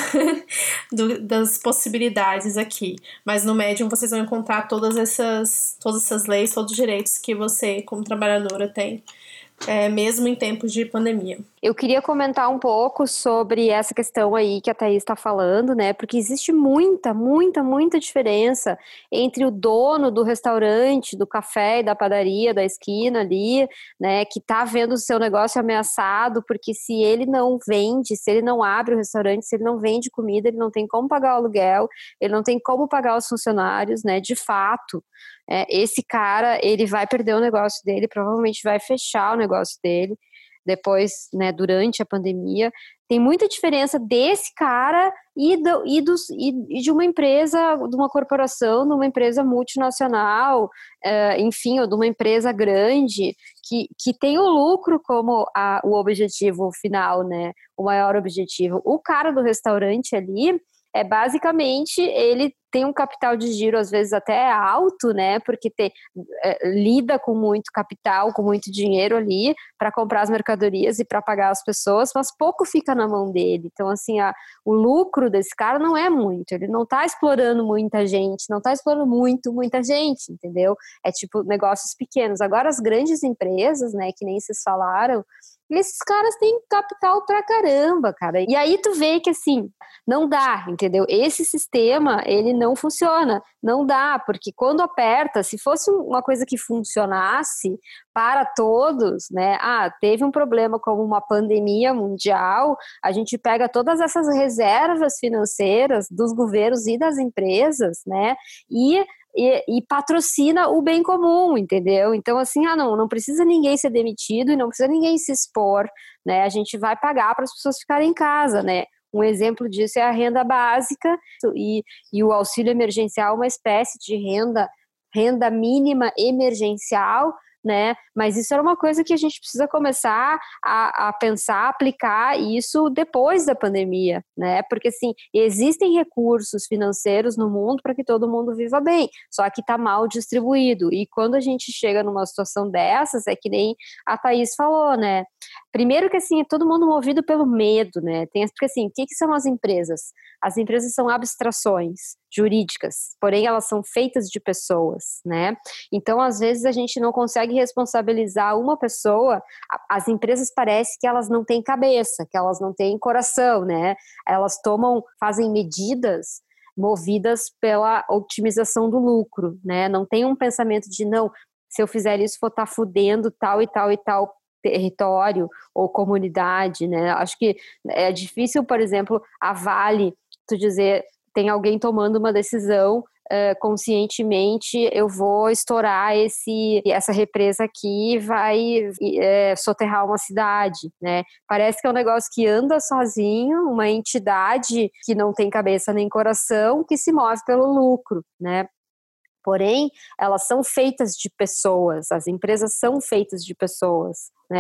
do, das possibilidades aqui. Mas no Medium vocês vão encontrar todas essas, todas essas leis, todos os direitos que você, como trabalhadora, tem. É, mesmo em tempos de pandemia. Eu queria comentar um pouco sobre essa questão aí que a Thaís está falando, né? Porque existe muita, muita, muita diferença entre o dono do restaurante, do café e da padaria da esquina ali, né? Que está vendo o seu negócio ameaçado, porque se ele não vende, se ele não abre o restaurante, se ele não vende comida, ele não tem como pagar o aluguel, ele não tem como pagar os funcionários, né? De fato, é, esse cara, ele vai perder o negócio dele, provavelmente vai fechar o negócio dele, depois, né, durante a pandemia. Tem muita diferença desse cara e, do, e, dos, e, e de uma empresa, de uma corporação, de uma empresa multinacional, uh, enfim, ou de uma empresa grande, que, que tem o lucro como a, o objetivo final, né, o maior objetivo. O cara do restaurante ali, é basicamente, ele tem um capital de giro às vezes até alto, né, porque tem, é, lida com muito capital, com muito dinheiro ali para comprar as mercadorias e para pagar as pessoas, mas pouco fica na mão dele. Então, assim, a, o lucro desse cara não é muito, ele não está explorando muita gente, não está explorando muito, muita gente, entendeu? É tipo negócios pequenos. Agora as grandes empresas, né, que nem vocês falaram, esses caras têm capital pra caramba, cara. E aí tu vê que, assim, não dá, entendeu? Esse sistema, ele não funciona. Não dá, porque quando aperta, se fosse uma coisa que funcionasse para todos, né? Ah, teve um problema como uma pandemia mundial, a gente pega todas essas reservas financeiras dos governos e das empresas, né? E E, e patrocina o bem comum, entendeu? Então, assim, ah, não, não precisa ninguém ser demitido e não precisa ninguém se expor, né? A gente vai pagar para as pessoas ficarem em casa, né? Um exemplo disso é a renda básica e, e o auxílio emergencial, uma espécie de renda, renda mínima emergencial, né? Mas isso era uma coisa que a gente precisa começar a, a pensar, aplicar isso depois da pandemia, né? Porque, assim, existem recursos financeiros no mundo para que todo mundo viva bem, só que está mal distribuído. E quando a gente chega numa situação dessas, é que nem a Thaís falou, né? Primeiro que, assim, é todo mundo movido pelo medo, né? Tem, porque, assim, o que, que são as empresas? As empresas são abstrações jurídicas, porém elas são feitas de pessoas, né? Então, às vezes, a gente não consegue responsabilizar uma pessoa. As empresas parece que elas não têm cabeça, que elas não têm coração, né? Elas tomam, fazem medidas movidas pela otimização do lucro, né? Não tem um pensamento de, não, se eu fizer isso, vou estar fudendo tal e tal e tal território ou comunidade, né? Acho que é difícil, por exemplo, a Vale, tu dizer, tem alguém tomando uma decisão uh, conscientemente, eu vou estourar esse, essa represa aqui e vai uh, soterrar uma cidade, né? Parece que é um negócio que anda sozinho, uma entidade que não tem cabeça nem coração, que se move pelo lucro, né? Porém, elas são feitas de pessoas, as empresas são feitas de pessoas, né?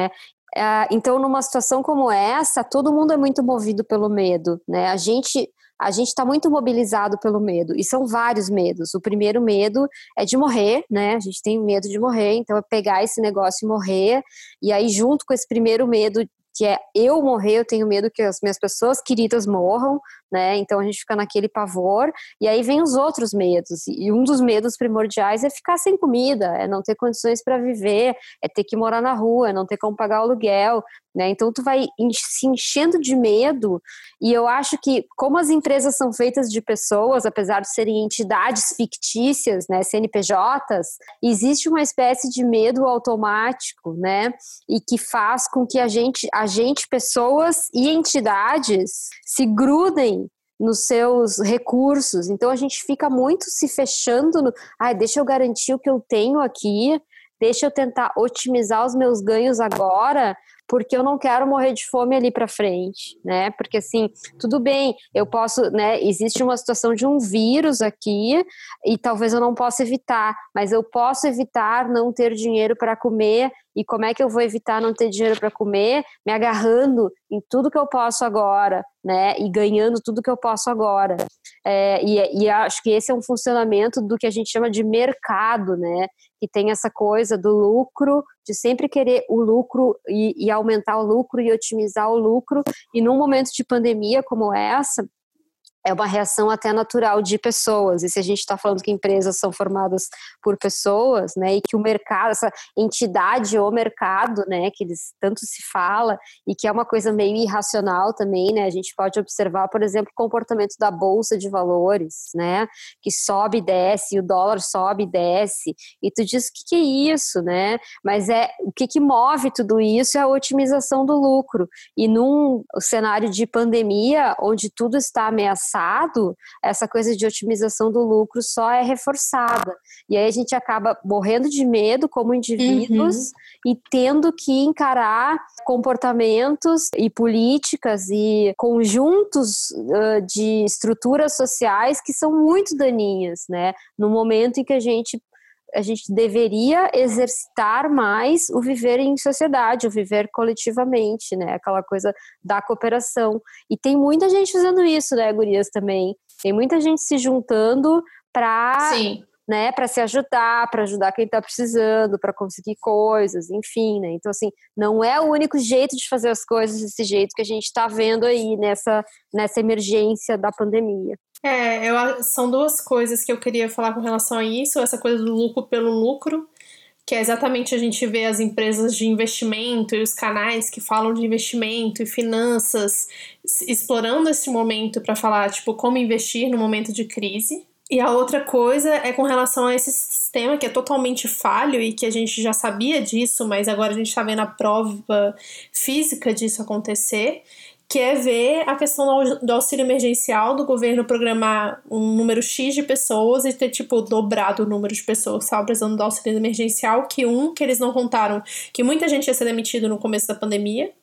É, então, numa situação como essa, todo mundo é muito movido pelo medo, né? A gente a gente está muito mobilizado pelo medo, e são vários medos. O primeiro medo é de morrer, né? A gente tem medo de morrer, então é pegar esse negócio e morrer, e aí junto com esse primeiro medo, que é eu morrer, eu tenho medo que as minhas pessoas queridas morram, né? Então a gente fica naquele pavor, e aí vem os outros medos, e um dos medos primordiais é ficar sem comida, é não ter condições para viver, é ter que morar na rua, é não ter como pagar o aluguel, né? Então tu vai se enchendo de medo, e eu acho que como as empresas são feitas de pessoas, apesar de serem entidades fictícias, né, C N P Js, existe uma espécie de medo automático, né, e que faz com que a gente, a gente, pessoas e entidades se grudem nos seus recursos. Então a gente fica muito se fechando no, ai, deixa eu garantir o que eu tenho aqui, deixa eu tentar otimizar os meus ganhos agora, porque eu não quero morrer de fome ali para frente, né? Porque assim, tudo bem, eu posso, né? Existe uma situação de um vírus aqui e talvez eu não possa evitar, mas eu posso evitar não ter dinheiro para comer. E como é que eu vou evitar não ter dinheiro para comer? Me agarrando em tudo que eu posso agora, né? E ganhando tudo que eu posso agora. É, e, e acho que esse é um funcionamento do que a gente chama de mercado, né? Que tem essa coisa do lucro, de sempre querer o lucro e, e aumentar o lucro e otimizar o lucro. E num momento de pandemia como essa, é uma reação até natural de pessoas, e se a gente está falando que empresas são formadas por pessoas, né, e que o mercado, essa entidade ou mercado, né, que eles tanto se fala, e que é uma coisa meio irracional também, né, a gente pode observar, por exemplo, o comportamento da Bolsa de Valores, né, que sobe e desce, e o dólar sobe e desce, e tu diz, o que, que é isso, né, mas é, o que que move tudo isso é a otimização do lucro, e num cenário de pandemia, onde tudo está ameaçado, essa coisa de otimização do lucro só é reforçada. E aí a gente acaba morrendo de medo como indivíduos uhum. e tendo que encarar comportamentos e políticas e conjuntos uh, de estruturas sociais que são muito daninhas, né? No momento em que a gente a gente deveria exercitar mais o viver em sociedade, o viver coletivamente, né? Aquela coisa da cooperação. E tem muita gente fazendo isso, né, gurias, também. Tem muita gente se juntando para, né, para se ajudar, para ajudar quem está precisando, para conseguir coisas, enfim, né? Então, assim, não é o único jeito de fazer as coisas desse jeito que a gente está vendo aí nessa, nessa emergência da pandemia. É, eu, são duas coisas que eu queria falar com relação a isso, essa coisa do lucro pelo lucro, que é exatamente a gente vê as empresas de investimento e os canais que falam de investimento e finanças explorando esse momento para falar, tipo, como investir no momento de crise. E a outra coisa é com relação a esse sistema que é totalmente falho e que a gente já sabia disso, mas agora a gente está vendo a prova física disso acontecer, que é ver a questão do auxílio emergencial, do governo programar um número X de pessoas e ter, tipo, dobrado o número de pessoas que estavam precisando do auxílio emergencial, que um, que eles não contaram que muita gente ia ser demitido no começo da pandemia,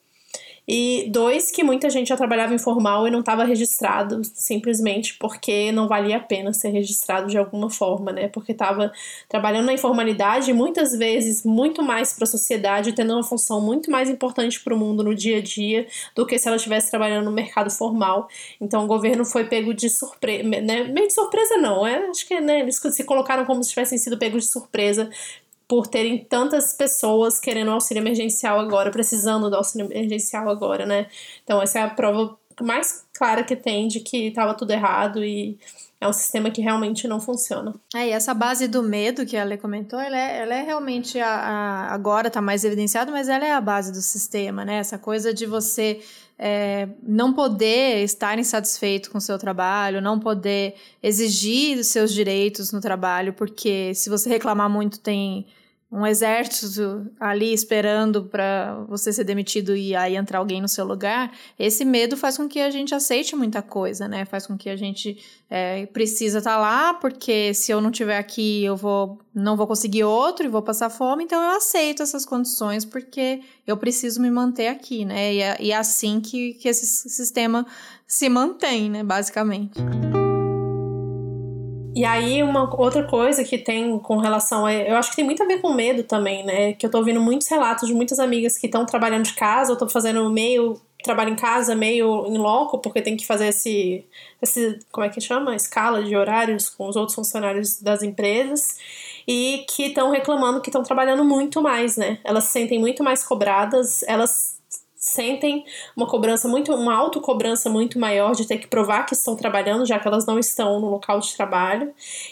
e dois, que muita gente já trabalhava informal e não estava registrado, simplesmente porque não valia a pena ser registrado de alguma forma, né? Porque estava trabalhando na informalidade, muitas vezes muito mais para a sociedade, tendo uma função muito mais importante para o mundo no dia a dia do que se ela estivesse trabalhando no mercado formal. Então o governo foi pego de surpresa, né? Meio de surpresa não, é, acho que, né, eles se colocaram como se tivessem sido pegos de surpresa por terem tantas pessoas querendo auxílio emergencial agora, precisando do auxílio emergencial agora, né? Então essa é a prova mais clara que tem de que estava tudo errado e é um sistema que realmente não funciona. É, e essa base do medo que a Lê comentou, ela é, ela é realmente, a, a, agora está mais evidenciado, mas ela é a base do sistema, né? Essa coisa de você é, não poder estar insatisfeito com o seu trabalho, não poder exigir os seus direitos no trabalho, porque se você reclamar muito tem um exército ali esperando para você ser demitido e aí entrar alguém no seu lugar. Esse medo faz com que a gente aceite muita coisa, né? Faz com que a gente é, precisa estar lá, porque se eu não estiver aqui, eu vou, não vou conseguir outro e vou passar fome, então eu aceito essas condições porque eu preciso me manter aqui, né? E é, e é assim que, que esse sistema se mantém, né? Basicamente. E aí, uma outra coisa que tem com relação a... Eu acho que tem muito a ver com medo também, né? Que eu tô ouvindo muitos relatos de muitas amigas que estão trabalhando de casa, ou estão fazendo meio trabalho em casa, meio em loco, porque tem que fazer esse, esse... Como é que chama? Escala de horários com os outros funcionários das empresas. E que estão reclamando que estão trabalhando muito mais, né? Elas se sentem muito mais cobradas, elas... sentem uma cobrança muito, uma autocobrança muito maior de ter que provar que estão trabalhando, já que elas não estão no local de trabalho.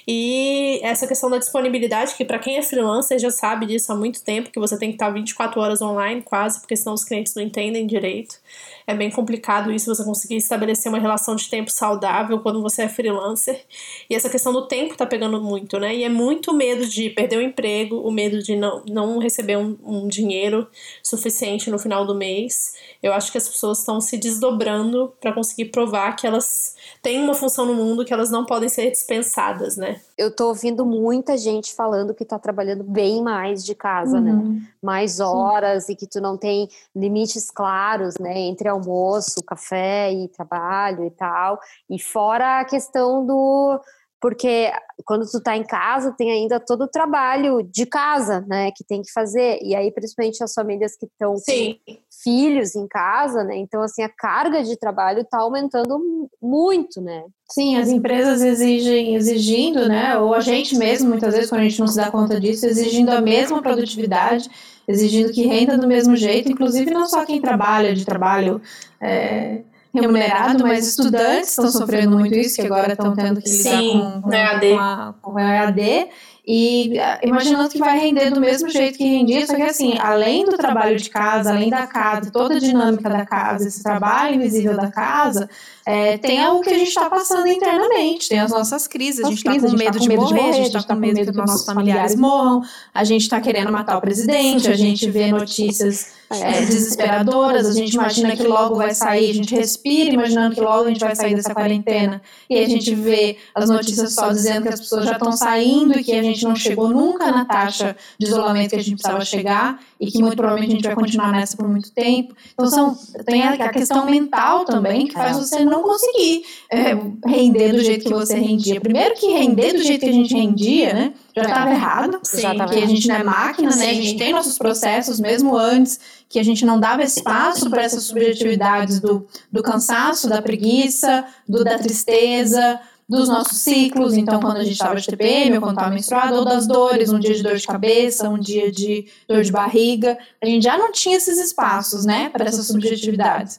E essa questão da disponibilidade, que para quem é freelancer já sabe disso há muito tempo, que você tem que estar vinte e quatro horas online quase, porque senão os clientes não entendem direito. É bem complicado isso, você conseguir estabelecer uma relação de tempo saudável quando você é freelancer. E essa questão do tempo tá pegando muito, né? E é muito medo de perder o emprego, o medo de não, não receber um, um dinheiro suficiente no final do mês. Eu acho que as pessoas estão se desdobrando para conseguir provar que elas têm uma função no mundo, que elas não podem ser dispensadas, né? Eu tô ouvindo muita gente falando que tá trabalhando bem mais de casa, Uhum. né? Mais horas. Sim. E que tu não tem limites claros, né? Entre almoço, café e trabalho e tal. E fora a questão do... Porque quando tu tá em casa, tem ainda todo o trabalho de casa, né, que tem que fazer. E aí, principalmente as famílias que estão com filhos em casa, né, então, assim, a carga de trabalho tá aumentando muito, né. Sim, as empresas exigem, exigindo, né, ou a gente mesmo, muitas vezes, quando a gente não se dá conta disso, exigindo a mesma produtividade, exigindo que renda do mesmo jeito, inclusive não só quem trabalha de trabalho... É... remunerado, mas estudantes estão sofrendo muito isso, que agora estão tendo que lidar Sim, com, com, no E A D. com, a, com o E A D, e imaginando que vai render do mesmo jeito que rendia, só que assim, além do trabalho de casa, além da casa, toda a dinâmica da casa, esse trabalho invisível da casa, é, tem algo que a gente está passando internamente, tem as nossas crises, a gente está com medo de morrer, a gente está com medo que os nossos familiares morram, a gente está querendo matar o presidente, a gente vê notícias é, desesperadoras, a gente imagina que logo vai sair, a gente respira imaginando que logo a gente vai sair dessa quarentena, e a gente vê as notícias só dizendo que as pessoas já estão saindo e que a gente não chegou nunca na taxa de isolamento que a gente precisava chegar e que muito provavelmente a gente vai continuar nessa por muito tempo. Então são, tem a questão mental também que faz você não conseguir é, render do jeito que você rendia. Primeiro que render do jeito que a gente rendia, né, já estava errado, Sim, já tava que a gente não é máquina, né, a gente tem nossos processos mesmo antes, que a gente não dava espaço para essas subjetividades do, do cansaço, da preguiça, do, da tristeza, dos nossos ciclos, então quando a gente estava de T P M, ou quando estava menstruada, ou das dores, um dia de dor de cabeça, um dia de dor de barriga, a gente já não tinha esses espaços, né, para essas subjetividades.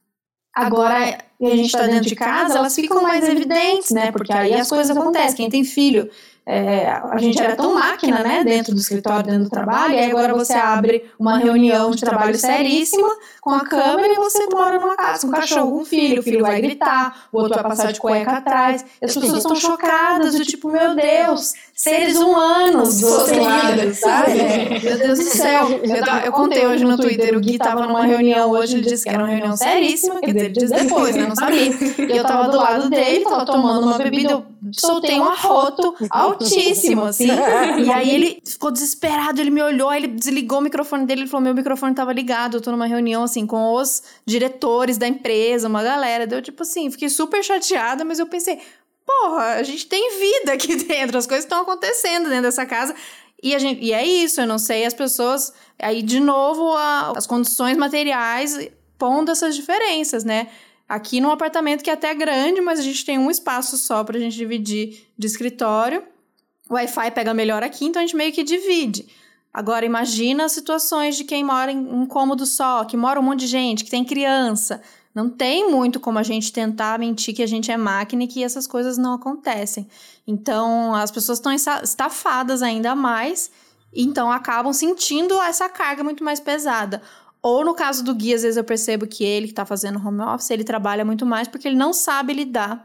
Agora, a gente está dentro de casa, elas ficam mais evidentes, né, porque aí as coisas acontecem, quem tem filho... É, a gente era tão máquina, né, dentro do escritório, dentro do trabalho, e aí agora você abre uma reunião de trabalho seríssima com a câmera e você mora numa casa com um cachorro, com um filho, o filho vai gritar, o outro vai passar de cueca atrás, e as pessoas estão chocadas, do tipo, meu Deus, seres humanos do outro lado, sabe? Meu Deus do céu. Eu, eu contei hoje no Twitter, o Gui tava numa reunião hoje, ele disse que era uma reunião seríssima, quer dizer, ele disse depois, né, não sabia. E eu tava do lado dele, tava tomando uma bebida, eu soltei um arroto altíssimo, assim, e aí ele ficou desesperado, ele me olhou, aí ele desligou o microfone dele, ele falou, meu microfone tava ligado, eu tô numa reunião, assim, com os diretores da empresa, uma galera, deu tipo assim, fiquei super chateada, mas eu pensei, porra, a gente tem vida aqui dentro, as coisas estão acontecendo dentro dessa casa, e, a gente, e é isso, eu não sei, as pessoas, aí de novo, a, as condições materiais pondo essas diferenças, né? Aqui num apartamento que é até grande, mas a gente tem um espaço só pra gente dividir de escritório. O Wi-Fi pega melhor aqui, então a gente meio que divide. Agora, imagina as situações de quem mora em um cômodo só, que mora um monte de gente, que tem criança. Não tem muito como a gente tentar mentir que a gente é máquina e que essas coisas não acontecem. Então, as pessoas estão estafadas ainda mais, então acabam sentindo essa carga muito mais pesada. Ou no caso do Gui, às vezes eu percebo que ele que está fazendo home office, ele trabalha muito mais porque ele não sabe lidar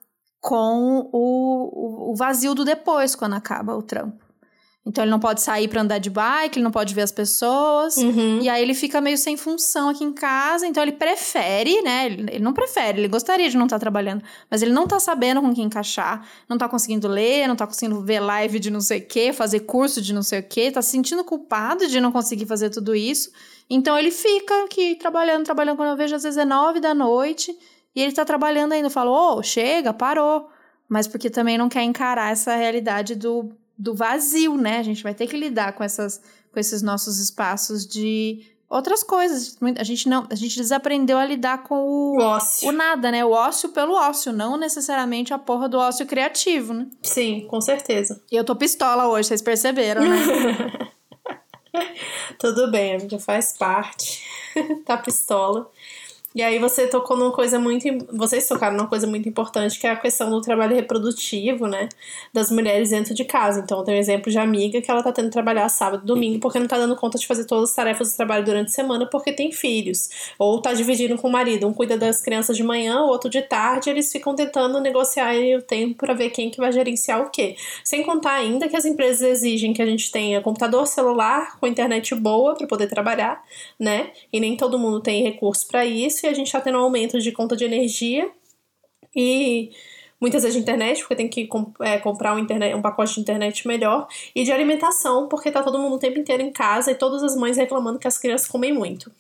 com o, o vazio do depois, quando acaba o trampo. Então ele não pode sair para andar de bike, ele não pode ver as pessoas, uhum. E aí ele fica meio sem função aqui em casa, então ele prefere, né, ele não prefere, ele gostaria de não estar trabalhando, mas ele não tá sabendo com quem encaixar, não tá conseguindo ler, não tá conseguindo ver live de não sei o quê, fazer curso de não sei o quê, tá se sentindo culpado de não conseguir fazer tudo isso, então ele fica aqui trabalhando, trabalhando, quando eu vejo às vezes é nove da noite, e ele tá trabalhando ainda, eu falo, ô, oh, chega, parou. mas porque também não quer encarar essa realidade do, do vazio, né? A gente vai ter que lidar com, essas, com esses nossos espaços de outras coisas. A gente, não, a gente desaprendeu a lidar com o, o ócio. O nada, né? O ócio pelo ócio, não necessariamente a porra do ócio criativo, né? Sim, com certeza. E eu tô pistola hoje, vocês perceberam, né? Tudo bem, amiga, faz parte. Tá pistola. E aí você tocou numa coisa muito... Vocês tocaram numa coisa muito importante, que é a questão do trabalho reprodutivo, né? Das mulheres dentro de casa. Então, tem um exemplo de amiga que ela tá tendo que trabalhar sábado e domingo porque não tá dando conta de fazer todas as tarefas do trabalho durante a semana porque tem filhos. Ou tá dividindo com o marido. Um cuida das crianças de manhã, o outro de tarde. Eles ficam tentando negociar o tempo pra ver quem que vai gerenciar o quê. Sem contar ainda que as empresas exigem que a gente tenha computador, celular, com internet boa pra poder trabalhar, né? E nem todo mundo tem recurso pra isso. E a gente está tendo um aumento de conta de energia e muitas vezes de internet, porque tem que é, comprar um, internet, um pacote de internet melhor, e de alimentação, porque tá todo mundo o tempo inteiro em casa e todas as mães reclamando que as crianças comem muito.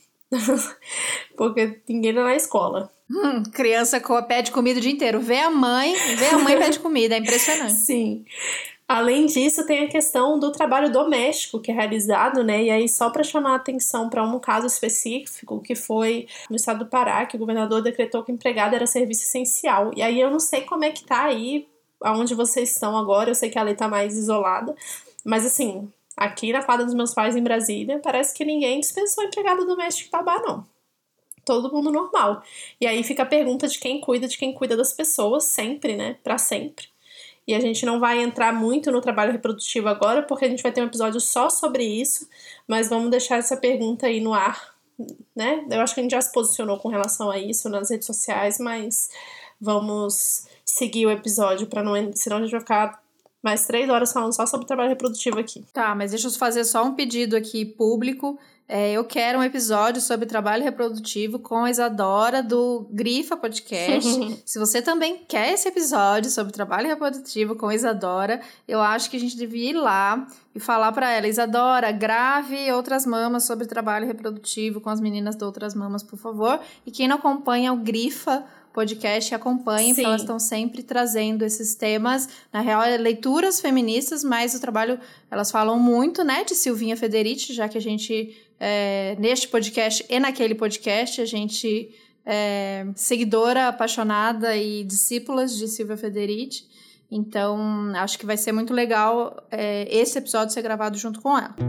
Porque ninguém tá na escola. Hum, criança pede comida o dia inteiro. Vê a mãe, vê a mãe pede comida, é impressionante. Sim. Além disso, tem a questão do trabalho doméstico que é realizado, né? E aí, só para chamar a atenção para um caso específico, que foi no estado do Pará, que o governador decretou que empregado era serviço essencial. E aí, eu não sei como é que tá aí, aonde vocês estão agora, eu sei que a lei tá mais isolada, mas assim, aqui na quadra dos meus pais em Brasília, parece que ninguém dispensou empregado doméstico babá, não. Todo mundo normal. E aí fica a pergunta de quem cuida de quem cuida das pessoas, sempre, né? Pra sempre. E a gente não vai entrar muito no trabalho reprodutivo agora, porque a gente vai ter um episódio só sobre isso, mas vamos deixar essa pergunta aí no ar, né? Eu acho que a gente já se posicionou com relação a isso nas redes sociais, mas vamos seguir o episódio, para não, senão a gente vai ficar mais três horas falando só sobre trabalho reprodutivo aqui. Tá, mas deixa eu fazer só um pedido aqui público. É, eu quero um episódio sobre trabalho reprodutivo com a Isadora do Grifa Podcast. Se você também quer esse episódio sobre trabalho reprodutivo com a Isadora, eu acho que a gente devia ir lá e falar pra ela: Isadora, grave Outras Mamas sobre trabalho reprodutivo com as meninas do Outras Mamas, por favor. E quem não acompanha o Grifa Podcast, acompanhem, porque elas estão sempre trazendo esses temas. Na real, é leituras feministas, mas o trabalho, elas falam muito, né, de Silvinha Federici, já que a gente, é, neste podcast e naquele podcast, a gente é seguidora, apaixonada e discípulas de Silvia Federici. Então, acho que vai ser muito legal é, esse episódio ser gravado junto com ela.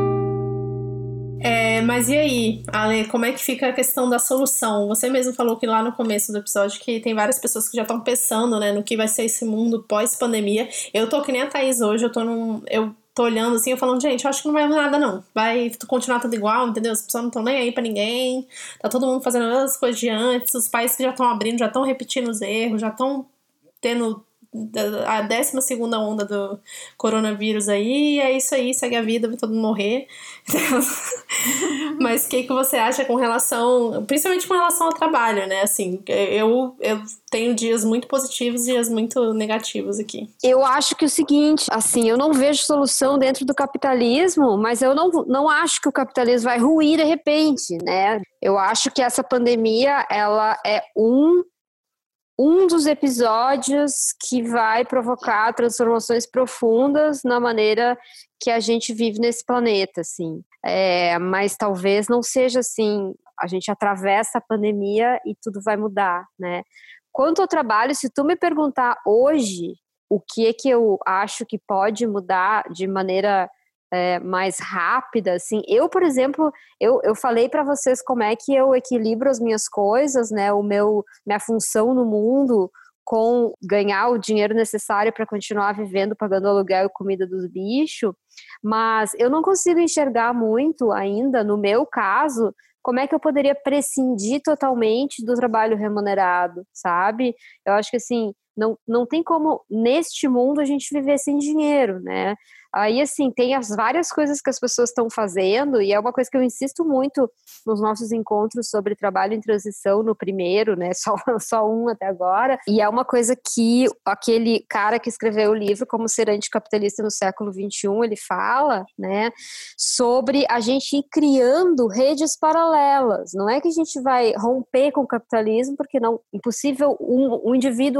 É, mas e aí, Ale, como é que fica a questão da solução? Você mesmo falou que lá no começo do episódio que tem várias pessoas que já estão pensando, né, no que vai ser esse mundo pós-pandemia. Eu tô que nem a Thaís hoje, eu tô num... Eu tô olhando assim, eu falando, gente, eu acho que não vai mudar nada não. Vai continuar tudo igual, entendeu? As pessoas não estão nem aí pra ninguém. Tá todo mundo fazendo as coisas de antes. Os países que já estão abrindo já estão repetindo os erros, já estão tendo a décima segunda onda do coronavírus aí, e é isso aí, segue a vida, vai todo mundo morrer. Mas o que, que você acha com relação, principalmente com relação ao trabalho, né? Assim, eu, eu tenho dias muito positivos e dias muito negativos aqui. Eu acho que é o seguinte, assim, eu não vejo solução dentro do capitalismo, mas eu não, não acho que o capitalismo vai ruir de repente, né? Eu acho que essa pandemia, ela é um um dos episódios que vai provocar transformações profundas na maneira que a gente vive nesse planeta, assim. É, mas talvez não seja assim, a gente atravessa a pandemia e tudo vai mudar, né? Quanto ao trabalho, se tu me perguntar hoje o que é que eu acho que pode mudar de maneira é, mais rápida, assim, eu, por exemplo, eu, eu falei para vocês como é que eu equilibro as minhas coisas, né, o meu, minha função no mundo com ganhar o dinheiro necessário para continuar vivendo, pagando aluguel e comida dos bichos, mas eu não consigo enxergar muito ainda, no meu caso, como é que eu poderia prescindir totalmente do trabalho remunerado, sabe? Eu acho que, assim, não, não tem como, neste mundo, a gente viver sem dinheiro, né? Aí, assim, tem as várias coisas que as pessoas estão fazendo, e é uma coisa que eu insisto muito nos nossos encontros sobre trabalho em transição, no primeiro, né, só, só um até agora, e é uma coisa que aquele cara que escreveu o livro Como Ser Anticapitalista no Século vinte e um, ele fala, né, sobre a gente ir criando redes paralelas. Não é que a gente vai romper com o capitalismo, porque não, impossível um, um indivíduo romper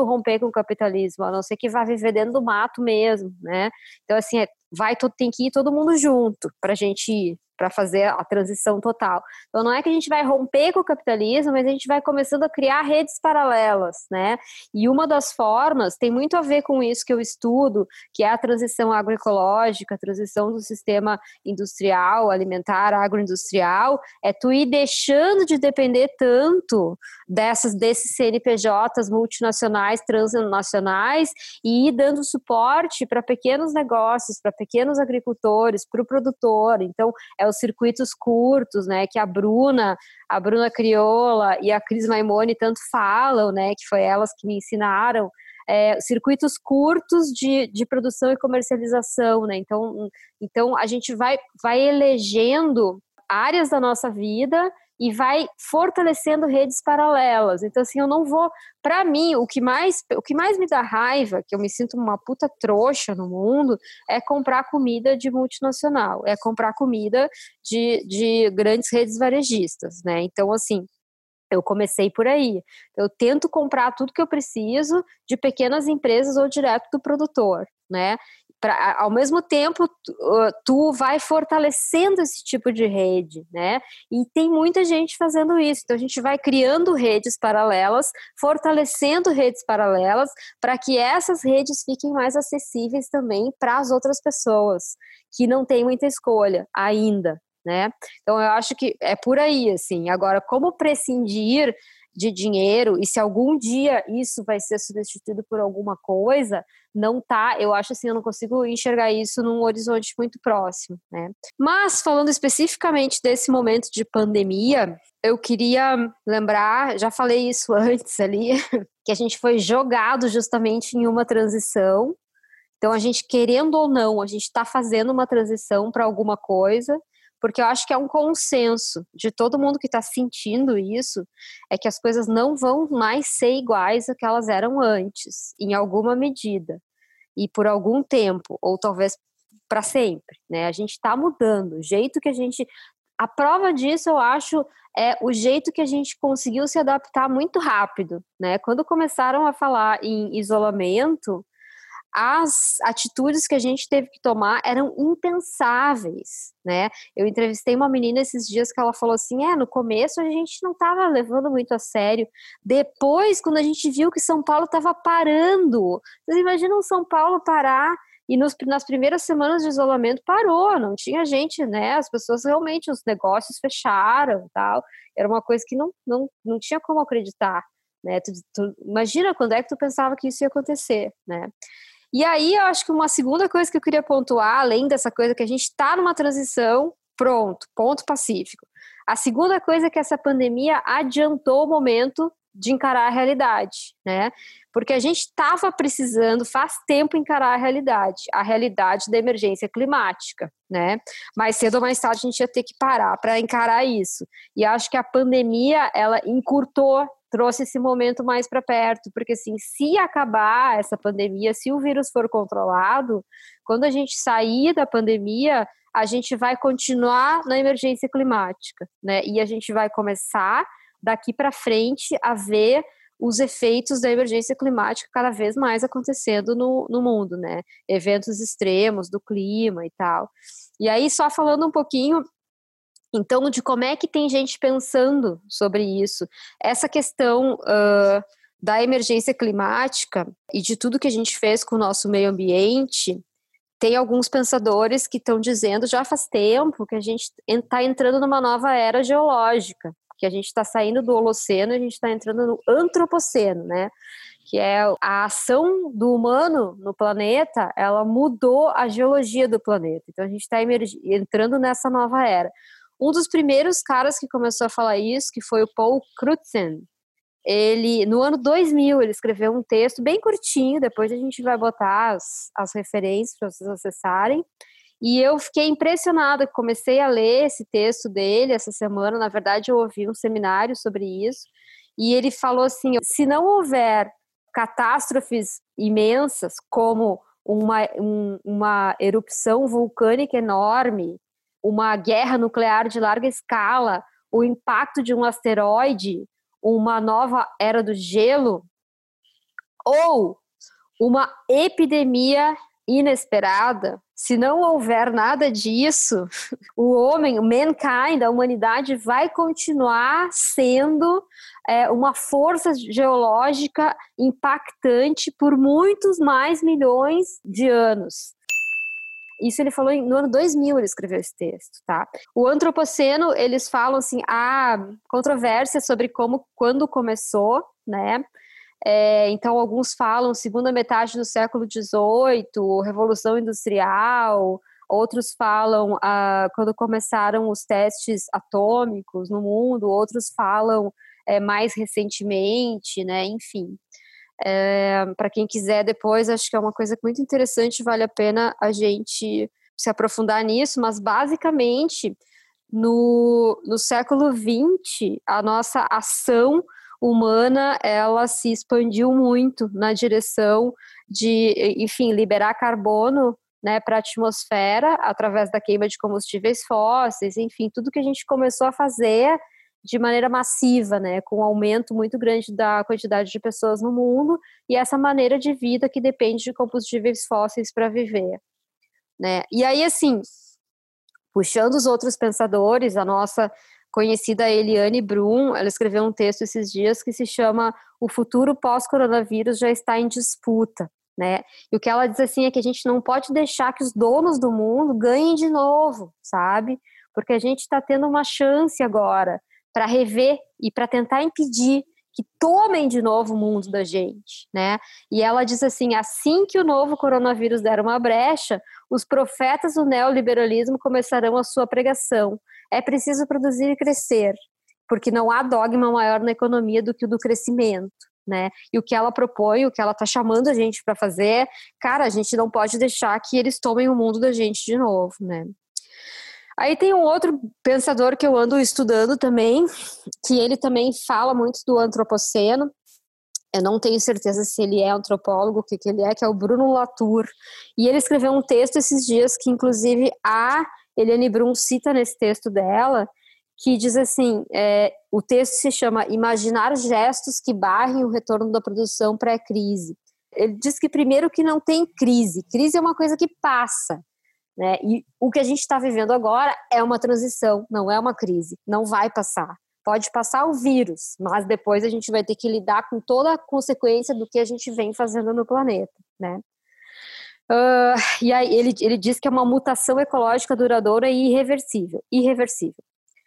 com o capitalismo, a não ser que vá viver dentro do mato mesmo, né? Então, assim, é, vai, tem que ir todo mundo junto pra gente ir, para fazer a transição total. Então, não é que a gente vai romper com o capitalismo, mas a gente vai começando a criar redes paralelas, né? E uma das formas tem muito a ver com isso que eu estudo, que é a transição agroecológica, a transição do sistema industrial, alimentar, agroindustrial, é tu ir deixando de depender tanto dessas, desses C N P Js multinacionais, transnacionais, e ir dando suporte para pequenos negócios, para pequenos agricultores, para o produtor. Então, é os circuitos curtos, né, que a Bruna, a Bruna Crioula e a Cris Maimone tanto falam, né, que foi elas que me ensinaram, é, circuitos curtos de, de produção e comercialização, né, então, então a gente vai, vai elegendo áreas da nossa vida e vai fortalecendo redes paralelas. Então, assim, eu não vou... Para mim, o que, mais, o que mais me dá raiva, que eu me sinto uma puta trouxa no mundo, é comprar comida de multinacional, é comprar comida de, de grandes redes varejistas, né? Então, assim, eu comecei por aí. Eu tento comprar tudo que eu preciso de pequenas empresas ou direto do produtor, né? Pra, ao mesmo tempo, tu, tu vai fortalecendo esse tipo de rede, né? E tem muita gente fazendo isso. Então, a gente vai criando redes paralelas, fortalecendo redes paralelas, para que essas redes fiquem mais acessíveis também para as outras pessoas, que não têm muita escolha ainda, né? Então, eu acho que é por aí, assim. Agora, como prescindir de dinheiro, e se algum dia isso vai ser substituído por alguma coisa, não tá, eu acho assim, eu não consigo enxergar isso num horizonte muito próximo, né? Mas, falando especificamente desse momento de pandemia, eu queria lembrar, já falei isso antes ali, que a gente foi jogado justamente em uma transição. Então, a gente, querendo ou não, a gente está fazendo uma transição para alguma coisa, porque eu acho que é um consenso de todo mundo que está sentindo isso, é que as coisas não vão mais ser iguais a que elas eram antes, em alguma medida, e por algum tempo, ou talvez para sempre, né? A gente está mudando, o jeito que a gente... A prova disso, eu acho, é o jeito que a gente conseguiu se adaptar muito rápido, né? Quando começaram a falar em isolamento, as atitudes que a gente teve que tomar eram impensáveis, né? Eu entrevistei uma menina esses dias que ela falou assim, é, no começo a gente não estava levando muito a sério, depois, quando a gente viu que São Paulo estava parando, vocês imaginam São Paulo parar, e nos, nas primeiras semanas de isolamento parou, não tinha gente, né? As pessoas realmente, os negócios fecharam e tal, era uma coisa que não, não, não tinha como acreditar, né? Tu, tu, imagina quando é que tu pensava que isso ia acontecer, né? E aí, eu acho que uma segunda coisa que eu queria pontuar, além dessa coisa que a gente está numa transição, pronto, ponto pacífico. A segunda coisa é que essa pandemia adiantou o momento de encarar a realidade, né? Porque a gente estava precisando, faz tempo, encarar a realidade, a realidade da emergência climática, né? Mais cedo ou mais tarde a gente ia ter que parar para encarar isso. E acho que a pandemia, ela encurtou, trouxe esse momento mais para perto, porque assim, se acabar essa pandemia, se o vírus for controlado, quando a gente sair da pandemia, a gente vai continuar na emergência climática, né? E a gente vai começar daqui para frente a ver os efeitos da emergência climática cada vez mais acontecendo no, no mundo, né? Eventos extremos do clima e tal. E aí, só falando um pouquinho, então, de como é que tem gente pensando sobre isso. Essa questão uh, da emergência climática e de tudo que a gente fez com o nosso meio ambiente, tem alguns pensadores que estão dizendo já faz tempo que a gente está entrando numa nova era geológica, que a gente está saindo do Holoceno e a gente está entrando no Antropoceno, né? Que é a ação do humano no planeta, ela mudou a geologia do planeta. Então, a gente está entrando nessa nova era. Um dos primeiros caras que começou a falar isso, que foi o Paul Crutzen, ele, no ano dois mil, ele escreveu um texto bem curtinho, depois a gente vai botar as, as referências para vocês acessarem, e eu fiquei impressionada, comecei a ler esse texto dele essa semana, na verdade eu ouvi um seminário sobre isso, e ele falou assim, se não houver catástrofes imensas, como uma, um, uma erupção vulcânica enorme, uma guerra nuclear de larga escala, o impacto de um asteroide, uma nova era do gelo, ou uma epidemia inesperada. Se não houver nada disso, o homem, o mankind, a humanidade vai continuar sendo é, uma força geológica impactante por muitos mais milhões de anos. Isso ele falou no ano dois mil, ele escreveu esse texto, tá? O antropoceno, eles falam assim, há controvérsia sobre como, quando começou, né? É, então, alguns falam segunda metade do século dezoito, Revolução Industrial, outros falam ah, quando começaram os testes atômicos no mundo, outros falam é, mais recentemente, né? Enfim. É, para quem quiser depois, acho que é uma coisa muito interessante, vale a pena a gente se aprofundar nisso, mas basicamente, no, no século vinte, a nossa ação humana, ela se expandiu muito na direção de, enfim, liberar carbono, né, para a atmosfera através da queima de combustíveis fósseis, enfim, tudo que a gente começou a fazer de maneira massiva, né, com um aumento muito grande da quantidade de pessoas no mundo e essa maneira de vida que depende de combustíveis fósseis para viver, né? E aí, assim, puxando os outros pensadores, a nossa conhecida Eliane Brum, ela escreveu um texto esses dias que se chama O Futuro Pós-Coronavírus Já Está em Disputa, né? E o que ela diz assim é que a gente não pode deixar que os donos do mundo ganhem de novo, sabe? Porque a gente está tendo uma chance agora para rever e para tentar impedir que tomem de novo o mundo da gente, né? E ela diz assim, assim que o novo coronavírus der uma brecha, os profetas do neoliberalismo começarão a sua pregação. É preciso produzir e crescer, porque não há dogma maior na economia do que o do crescimento, né? E o que ela propõe, o que ela está chamando a gente para fazer, cara, a gente não pode deixar que eles tomem o mundo da gente de novo, né? Aí tem um outro pensador que eu ando estudando também, que ele também fala muito do antropoceno. Eu não tenho certeza se ele é antropólogo, o que, que ele é, que é o Bruno Latour. E ele escreveu um texto esses dias que, inclusive, a Eliane Brum cita nesse texto dela, que diz assim, é, o texto se chama Imaginar gestos que barrem o retorno da produção pré-crise. Ele diz que, primeiro, que não tem crise. Crise é uma coisa que passa. Né? E o que a gente está vivendo agora é uma transição, não é uma crise, não vai passar. Pode passar o vírus, mas depois a gente vai ter que lidar com toda a consequência do que a gente vem fazendo no planeta, né? Uh, e aí ele, ele diz que é uma mutação ecológica duradoura e irreversível. irreversível.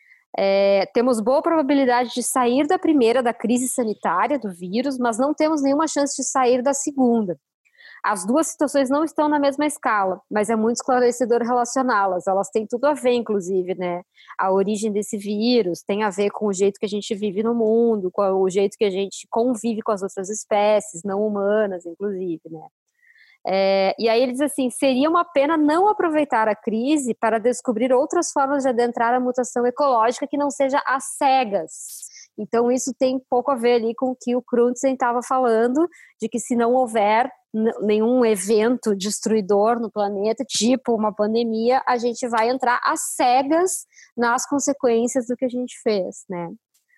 É, temos boa probabilidade de sair da primeira, da crise sanitária do vírus, mas não temos nenhuma chance de sair da segunda. As duas situações não estão na mesma escala, mas é muito esclarecedor relacioná-las. Elas têm tudo a ver, inclusive, né? A origem desse vírus tem a ver com o jeito que a gente vive no mundo, com o jeito que a gente convive com as outras espécies, não humanas, inclusive, né? É, e aí ele diz assim, seria uma pena não aproveitar a crise para descobrir outras formas de adentrar a mutação ecológica que não seja às cegas. Então isso tem pouco a ver ali com o que o Crutzen estava falando, de que se não houver nenhum evento destruidor no planeta, tipo uma pandemia, a gente vai entrar às cegas nas consequências do que a gente fez, né?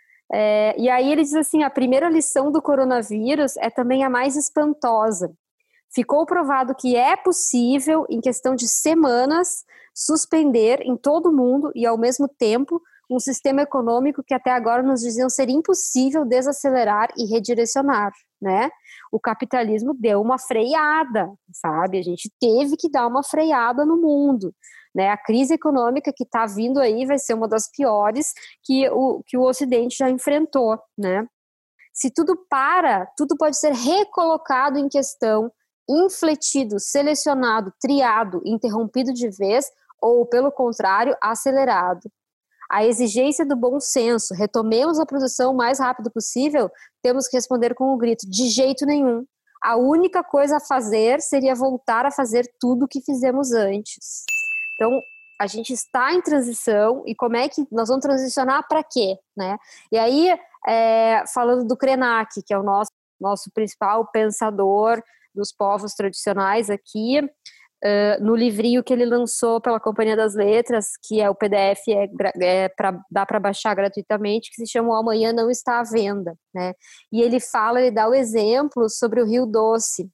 É, e aí ele diz assim, a primeira lição do coronavírus é também a mais espantosa. Ficou provado que é possível, em questão de semanas, suspender em todo o mundo e, ao mesmo tempo, um sistema econômico que até agora nos diziam ser impossível desacelerar e redirecionar, né? O capitalismo deu uma freada, sabe? A gente teve que dar uma freada no mundo, né? A crise econômica que está vindo aí vai ser uma das piores que o, que o Ocidente já enfrentou, né? Se tudo para, tudo pode ser recolocado em questão, infletido, selecionado, triado, interrompido de vez ou, pelo contrário, acelerado. A exigência do bom senso, retomemos a produção o mais rápido possível, temos que responder com o grito, de jeito nenhum. A única coisa a fazer seria voltar a fazer tudo o que fizemos antes. Então, a gente está em transição e como é que nós vamos transicionar para quê? Né? E aí, é, falando do Krenak, que é o nosso, nosso principal pensador dos povos tradicionais aqui, uh, no livrinho que ele lançou pela Companhia das Letras, que é o P D F, é, é pra, dá para baixar gratuitamente, que se chama O Amanhã Não Está à Venda, né? E ele fala, ele dá o exemplo sobre o Rio Doce.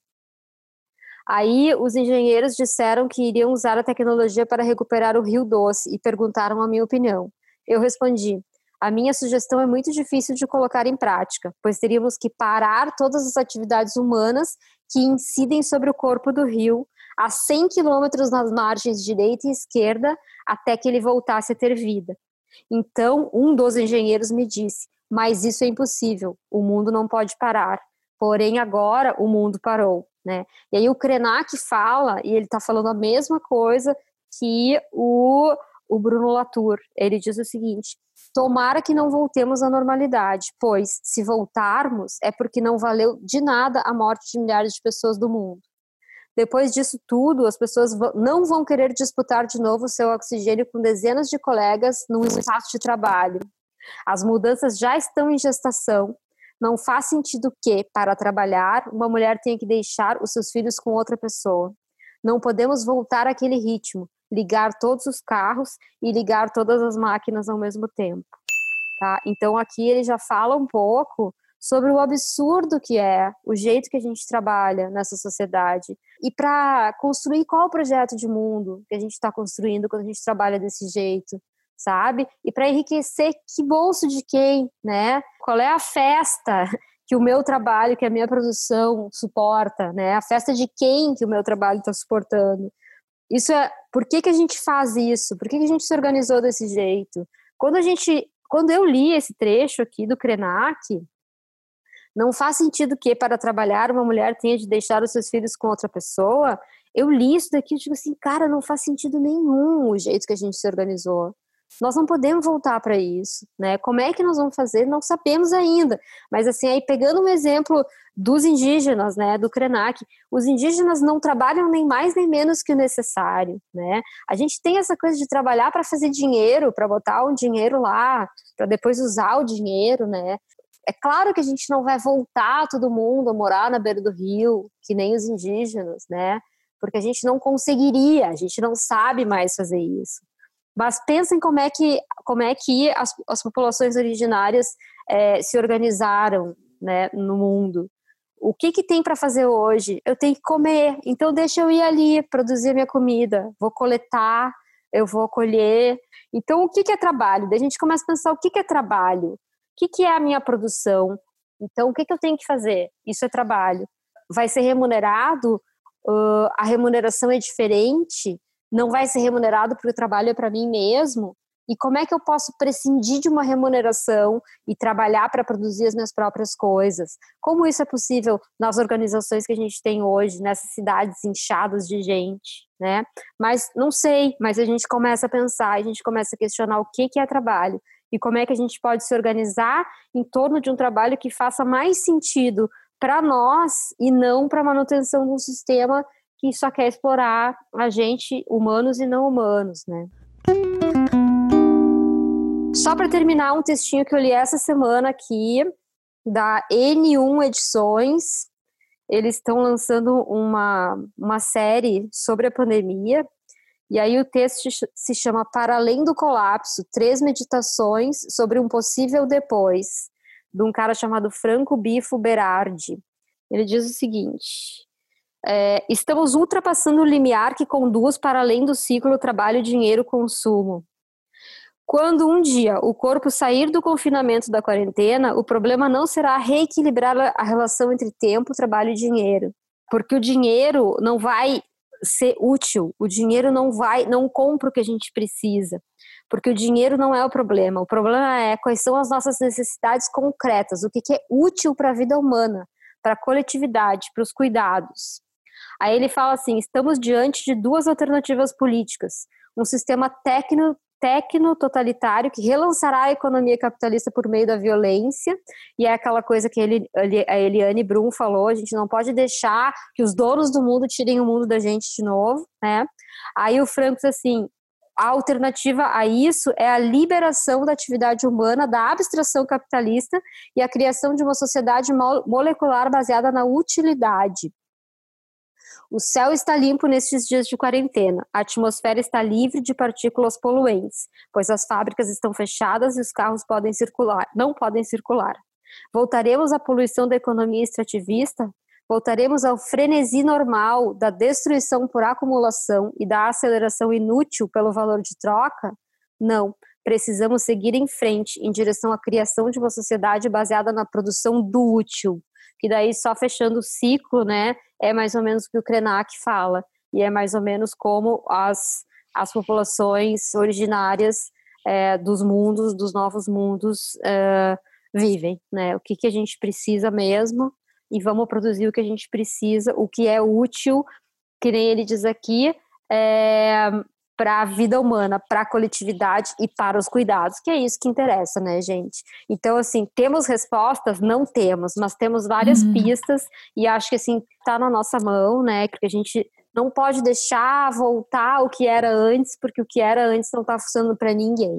Aí os engenheiros disseram que iriam usar a tecnologia para recuperar o Rio Doce e perguntaram a minha opinião. Eu respondi: a minha sugestão é muito difícil de colocar em prática, pois teríamos que parar todas as atividades humanas que incidem sobre o corpo do rio a cem quilômetros nas margens direita e esquerda até que ele voltasse a ter vida. Então, um dos engenheiros me disse: mas isso é impossível, o mundo não pode parar. Porém, agora o mundo parou, né? E aí o Krenak fala, e ele está falando a mesma coisa que o, o Bruno Latour. Ele diz o seguinte: tomara que não voltemos à normalidade, pois se voltarmos é porque não valeu de nada a morte de milhares de pessoas do mundo. Depois disso tudo, as pessoas não vão querer disputar de novo o seu oxigênio com dezenas de colegas num espaço de trabalho. As mudanças já estão em gestação. Não faz sentido que, para trabalhar, uma mulher tenha que deixar os seus filhos com outra pessoa. Não podemos voltar àquele ritmo, ligar todos os carros e ligar todas as máquinas ao mesmo tempo. Tá? Então aqui ele já fala um pouco sobre o absurdo que é o jeito que a gente trabalha nessa sociedade. E para construir qual o projeto de mundo que a gente está construindo quando a gente trabalha desse jeito, sabe? E para enriquecer que bolso de quem, né? Qual é a festa que o meu trabalho, que a minha produção suporta, né? A festa de quem que o meu trabalho está suportando. Isso é, por que que a gente faz isso? Por que que a gente se organizou desse jeito? Quando a gente, quando eu li esse trecho aqui do Krenak, não faz sentido que para trabalhar uma mulher tenha de deixar os seus filhos com outra pessoa. Eu li isso daqui e digo assim, cara, não faz sentido nenhum o jeito que a gente se organizou. Nós não podemos voltar para isso, né? Como é que nós vamos fazer? Não sabemos ainda. Mas assim, aí pegando um exemplo dos indígenas, né, do Krenak, os indígenas não trabalham nem mais nem menos que o necessário, né? A gente tem essa coisa de trabalhar para fazer dinheiro, para botar um dinheiro lá, para depois usar o dinheiro, né? É claro que a gente não vai voltar todo mundo a morar na beira do rio, que nem os indígenas, né? Porque a gente não conseguiria, a gente não sabe mais fazer isso. Mas pensem como é que, como é que as, as populações originárias é, se organizaram, né, no mundo. O que que tem para fazer hoje? Eu tenho que comer, então deixa eu ir ali produzir a minha comida, vou coletar, eu vou colher. Então o que que é trabalho? Daí a gente começa a pensar o que que é trabalho, o que que é a minha produção. Então o que que eu tenho que fazer? Isso é trabalho. Vai ser remunerado? Uh, a remuneração é diferente? Não vai ser remunerado porque o trabalho é para mim mesmo? E como é que eu posso prescindir de uma remuneração e trabalhar para produzir as minhas próprias coisas? Como isso é possível nas organizações que a gente tem hoje, nessas cidades inchadas de gente, né? Mas não sei, mas a gente começa a pensar, a gente começa a questionar o que que é trabalho e como é que a gente pode se organizar em torno de um trabalho que faça mais sentido para nós e não para a manutenção de um sistema que só quer explorar a gente, humanos e não humanos, né? Só para terminar, um textinho que eu li essa semana aqui, da N um Edições. Eles estão lançando uma, uma série sobre a pandemia, e aí o texto se chama Para Além do Colapso, Três Meditações sobre um Possível Depois, de um cara chamado Franco Bifo Berardi. Ele diz o seguinte: é, estamos ultrapassando o limiar que conduz para além do ciclo trabalho, dinheiro, consumo. Quando um dia o corpo sair do confinamento da quarentena, o problema não será reequilibrar a relação entre tempo, trabalho e dinheiro, porque o dinheiro não vai ser útil, o dinheiro não vai, não compra o que a gente precisa, porque o dinheiro não é o problema. O problema é quais são as nossas necessidades concretas, o que, que é útil para a vida humana, para a coletividade, para os cuidados. Aí ele fala assim: estamos diante de duas alternativas políticas, um sistema tecno tecno-totalitário que relançará a economia capitalista por meio da violência, e é aquela coisa que ele, a Eliane Brum falou, a gente não pode deixar que os donos do mundo tirem o mundo da gente de novo, né? Aí o Franco diz assim: a alternativa a isso é a liberação da atividade humana, da abstração capitalista e a criação de uma sociedade molecular baseada na utilidade. O céu está limpo nestes dias de quarentena. A atmosfera está livre de partículas poluentes, pois as fábricas estão fechadas e os carros podem circular, não podem circular. Voltaremos à poluição da economia extrativista? Voltaremos ao frenesi normal da destruição por acumulação e da aceleração inútil pelo valor de troca? Não. Precisamos seguir em frente, em direção à criação de uma sociedade baseada na produção do útil. Que daí, só fechando o ciclo, né, é mais ou menos o que o Krenak fala. E é mais ou menos como as, as populações originárias é, dos mundos, dos novos mundos, é, vivem, né? O que, que a gente precisa mesmo, e vamos produzir o que a gente precisa, o que é útil, que nem ele diz aqui, é, para a vida humana, para a coletividade e para os cuidados, que é isso que interessa, né, gente? Então, assim, temos respostas? Não temos, mas temos várias uhum. pistas, e acho que, assim, tá na nossa mão, né, porque a gente não pode deixar voltar ao que era antes, porque o que era antes não tá funcionando para ninguém.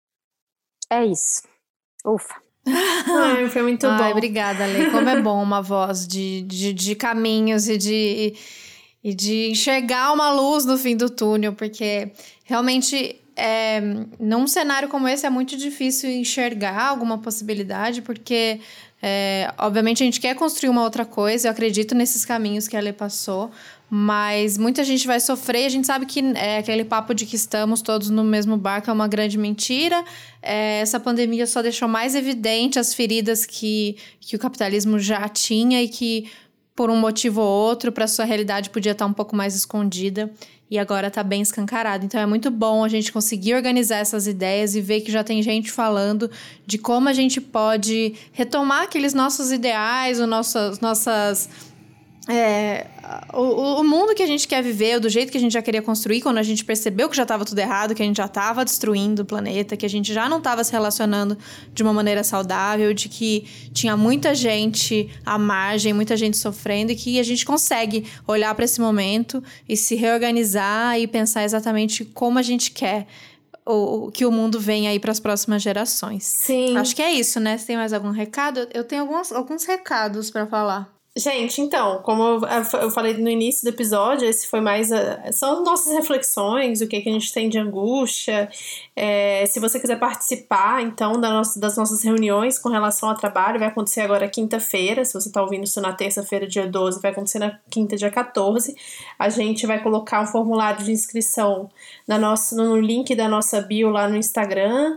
É isso. Ufa. Ai, foi muito Ai, bom. Obrigada, Lê. Como é bom uma voz de, de, de caminhos e de, e de enxergar uma luz no fim do túnel, porque realmente é, num cenário como esse é muito difícil enxergar alguma possibilidade, porque é, obviamente a gente quer construir uma outra coisa, eu acredito nesses caminhos que a Lê passou, mas muita gente vai sofrer, a gente sabe que é aquele papo de que estamos todos no mesmo barco é uma grande mentira. É, essa pandemia só deixou mais evidente as feridas que, que o capitalismo já tinha e que, por um motivo ou outro, para sua realidade podia estar um pouco mais escondida e agora está bem escancarado. Então é muito bom a gente conseguir organizar essas ideias e ver que já tem gente falando de como a gente pode retomar aqueles nossos ideais, os nossos, nossas... É, o, o mundo que a gente quer viver, do jeito que a gente já queria construir, quando a gente percebeu que já estava tudo errado, que a gente já estava destruindo o planeta, que a gente já não estava se relacionando de uma maneira saudável, de que tinha muita gente à margem, muita gente sofrendo, e que a gente consegue olhar para esse momento e se reorganizar e pensar exatamente como a gente quer o, que o mundo venha aí para as próximas gerações. Sim. Acho que é isso, né? Você tem mais algum recado? Eu tenho alguns, alguns recados para falar. Gente, então, como eu, eu falei no início do episódio, esse foi mais a, são nossas reflexões, o que, que a gente tem de angústia. É, se você quiser participar, então, da nossa, das nossas reuniões com relação ao trabalho, vai acontecer agora quinta-feira. Se você está ouvindo isso na terça-feira, dia doze, vai acontecer na quinta, dia quatorze. A gente vai colocar um formulário de inscrição na nossa, no link da nossa bio lá no Instagram,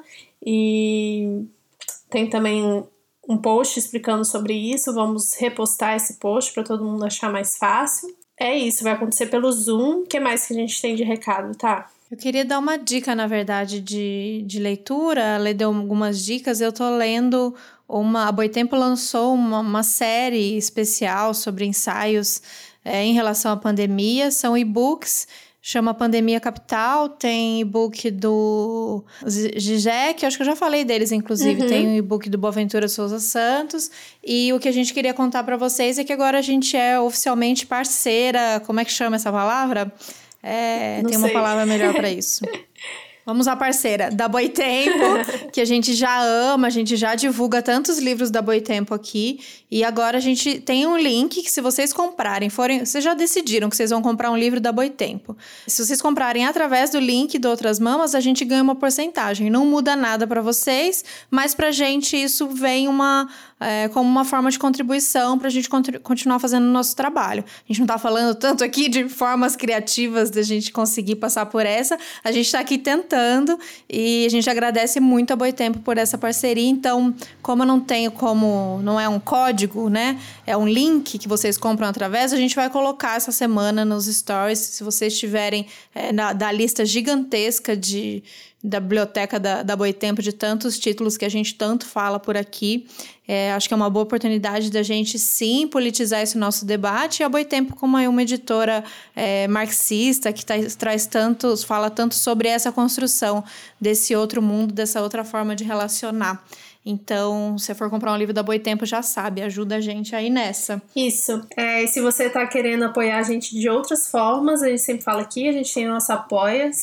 e tem também um post explicando sobre isso. Vamos repostar esse post para todo mundo achar mais fácil. É isso, vai acontecer pelo Zoom. O que mais que a gente tem de recado, tá? Eu queria dar uma dica, na verdade, de, de leitura. Ela deu algumas dicas. Eu tô lendo uma... A Boitempo lançou uma, uma série especial sobre ensaios é, em relação à pandemia. São e-books. Chama Pandemia Capital, tem e-book do Zizek, acho que eu já falei deles, inclusive. Uhum. Tem o e-book do Boaventura Souza Santos. E o que a gente queria contar para vocês é que agora a gente é oficialmente parceira. Como é que chama essa palavra? É, tem sei. Uma palavra melhor para isso. Vamos à parceira da Boitempo, que a gente já ama, a gente já divulga tantos livros da Boitempo aqui. E agora a gente tem um link que, se vocês comprarem, forem, vocês já decidiram que vocês vão comprar um livro da Boitempo. Se vocês comprarem através do link do Outras Mamas, a gente ganha uma porcentagem. Não muda nada para vocês, mas pra gente isso vem uma, é, como uma forma de contribuição pra gente contri- continuar fazendo o nosso trabalho. A gente não tá falando tanto aqui de formas criativas da gente conseguir passar por essa. A gente tá aqui tentando. E a gente agradece muito a Boitempo por essa parceria. Então, como eu não tenho como... Não é um código, né? É um link que vocês compram através. A gente vai colocar essa semana nos stories. Se vocês tiverem é, na, da lista gigantesca de... da biblioteca da, da Boitempo, de tantos títulos que a gente tanto fala por aqui. É, acho que é uma boa oportunidade da gente, sim, politizar esse nosso debate. E a Boitempo, como é uma editora é, marxista, que tá, traz tantos, fala tanto sobre essa construção desse outro mundo, dessa outra forma de relacionar. Então, se for comprar um livro da Boitempo, já sabe, ajuda a gente aí nessa. Isso. É, e se você tá querendo apoiar a gente de outras formas, a gente sempre fala aqui, a gente tem o nosso Apoia-se.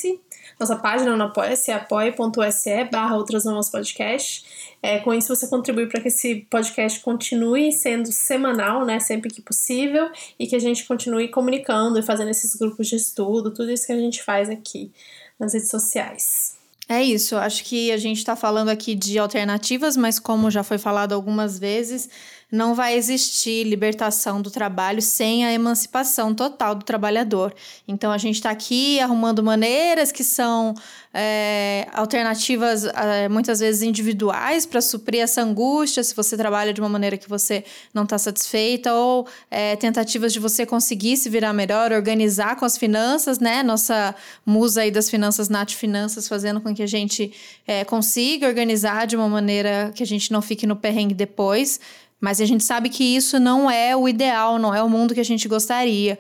nossa página no Apoia-se, apoia.se barra Outras Mamas Podcast. É, com isso você contribui para que esse podcast continue sendo semanal, né, sempre que possível, e que a gente continue comunicando e fazendo esses grupos de estudo, tudo isso que a gente faz aqui nas redes sociais. É isso, acho que a gente está falando aqui de alternativas, mas como já foi falado algumas vezes, não vai existir libertação do trabalho sem a emancipação total do trabalhador. Então, a gente está aqui arrumando maneiras que são é, alternativas, é, muitas vezes individuais, para suprir essa angústia, se você trabalha de uma maneira que você não está satisfeita, ou é, tentativas de você conseguir se virar melhor, organizar com as finanças, né? Nossa musa aí das finanças, Nath Finanças, fazendo com que a gente é, consiga organizar de uma maneira que a gente não fique no perrengue depois. Mas a gente sabe que isso não é o ideal, não é o mundo que a gente gostaria.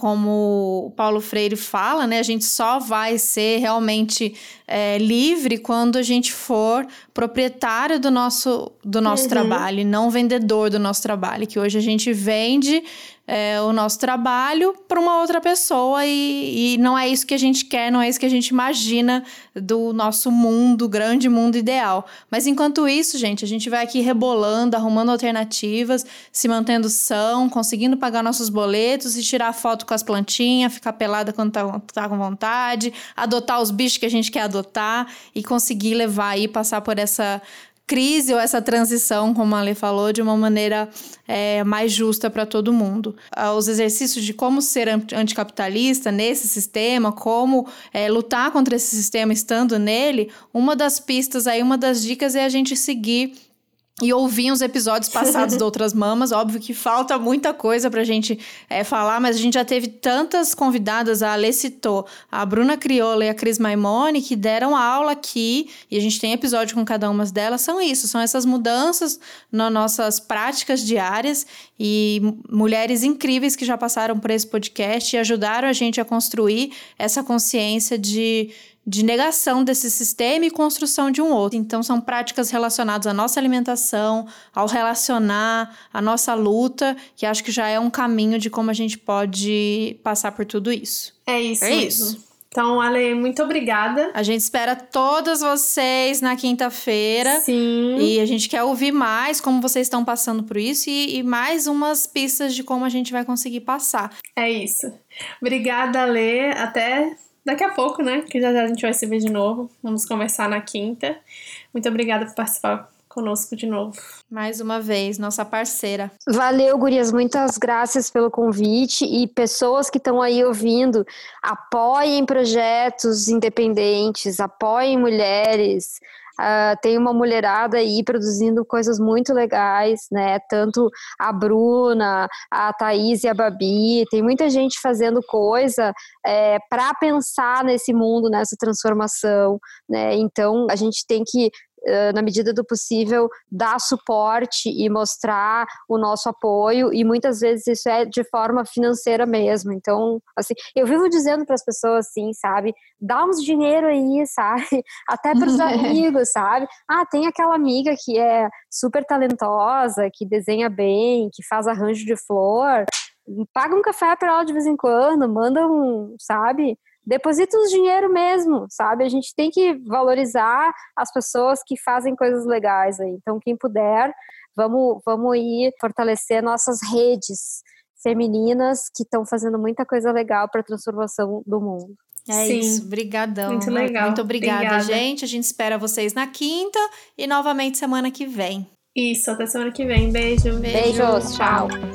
Como o Paulo Freire fala, né, a gente só vai ser realmente é, livre quando a gente for proprietário do nosso, do nosso uhum. trabalho, e não vendedor do nosso trabalho. Que hoje a gente vende é, o nosso trabalho para uma outra pessoa e, e não é isso que a gente quer, não é isso que a gente imagina do nosso mundo, grande mundo ideal. Mas enquanto isso, gente, a gente vai aqui rebolando, arrumando alternativas, se mantendo são, conseguindo pagar nossos boletos e tirar foto com as plantinhas, ficar pelada quando tá, tá com vontade, adotar os bichos que a gente quer adotar e conseguir levar aí, passar por essa crise ou essa transição, como a Lê falou, de uma maneira é, mais justa para todo mundo. Os exercícios de como ser anticapitalista nesse sistema, como é, lutar contra esse sistema estando nele, uma das pistas aí, uma das dicas é a gente seguir e ouvir os episódios passados de Outras Mamas. Óbvio que falta muita coisa pra gente é, falar, mas a gente já teve tantas convidadas, a Alê citou, a Bruna Crioula e a Cris Maimone, que deram aula aqui, e a gente tem episódio com cada uma delas, são isso, são essas mudanças nas nossas práticas diárias, e mulheres incríveis que já passaram por esse podcast e ajudaram a gente a construir essa consciência de... de negação desse sistema e construção de um outro. Então, são práticas relacionadas à nossa alimentação, ao relacionar, à nossa luta, que acho que já é um caminho de como a gente pode passar por tudo isso. É isso. É mesmo. isso. Então, Ale, muito obrigada. A gente espera todas vocês na quinta-feira. Sim. E a gente quer ouvir mais como vocês estão passando por isso e, e mais umas pistas de como a gente vai conseguir passar. É isso. Obrigada, Ale. Até... daqui a pouco, né? Que já já a gente vai se ver de novo. Vamos conversar na quinta. Muito obrigada por participar conosco de novo. Mais uma vez, nossa parceira. Valeu, gurias. Muitas graças pelo convite. E pessoas que estão aí ouvindo, apoiem projetos independentes, apoiem mulheres. Uh, tem uma mulherada aí produzindo coisas muito legais, né? Tanto a Bruna, a Thaís e a Babi, tem muita gente fazendo coisa é, para pensar nesse mundo, nessa transformação, né? Então, a gente tem que, uh, na medida do possível, dar suporte e mostrar o nosso apoio, e muitas vezes isso é de forma financeira mesmo. Então, assim, eu vivo dizendo para as pessoas assim, sabe? Dá uns dinheiro aí, sabe? Até para os amigos, sabe? Ah, tem aquela amiga que é super talentosa, que desenha bem, que faz arranjo de flor. Paga um café para ela de vez em quando, manda um, sabe? Deposita os dinheiro mesmo, sabe? A gente tem que valorizar as pessoas que fazem coisas legais aí. Então, quem puder, vamos, vamos ir fortalecer nossas redes femininas que estão fazendo muita coisa legal para a transformação do mundo. É Sim. isso, brigadão. Muito legal. Muito obrigada, Obrigada, gente. A gente espera vocês na quinta e novamente semana que vem. Isso, até semana que vem. Beijo. Beijos, tchau.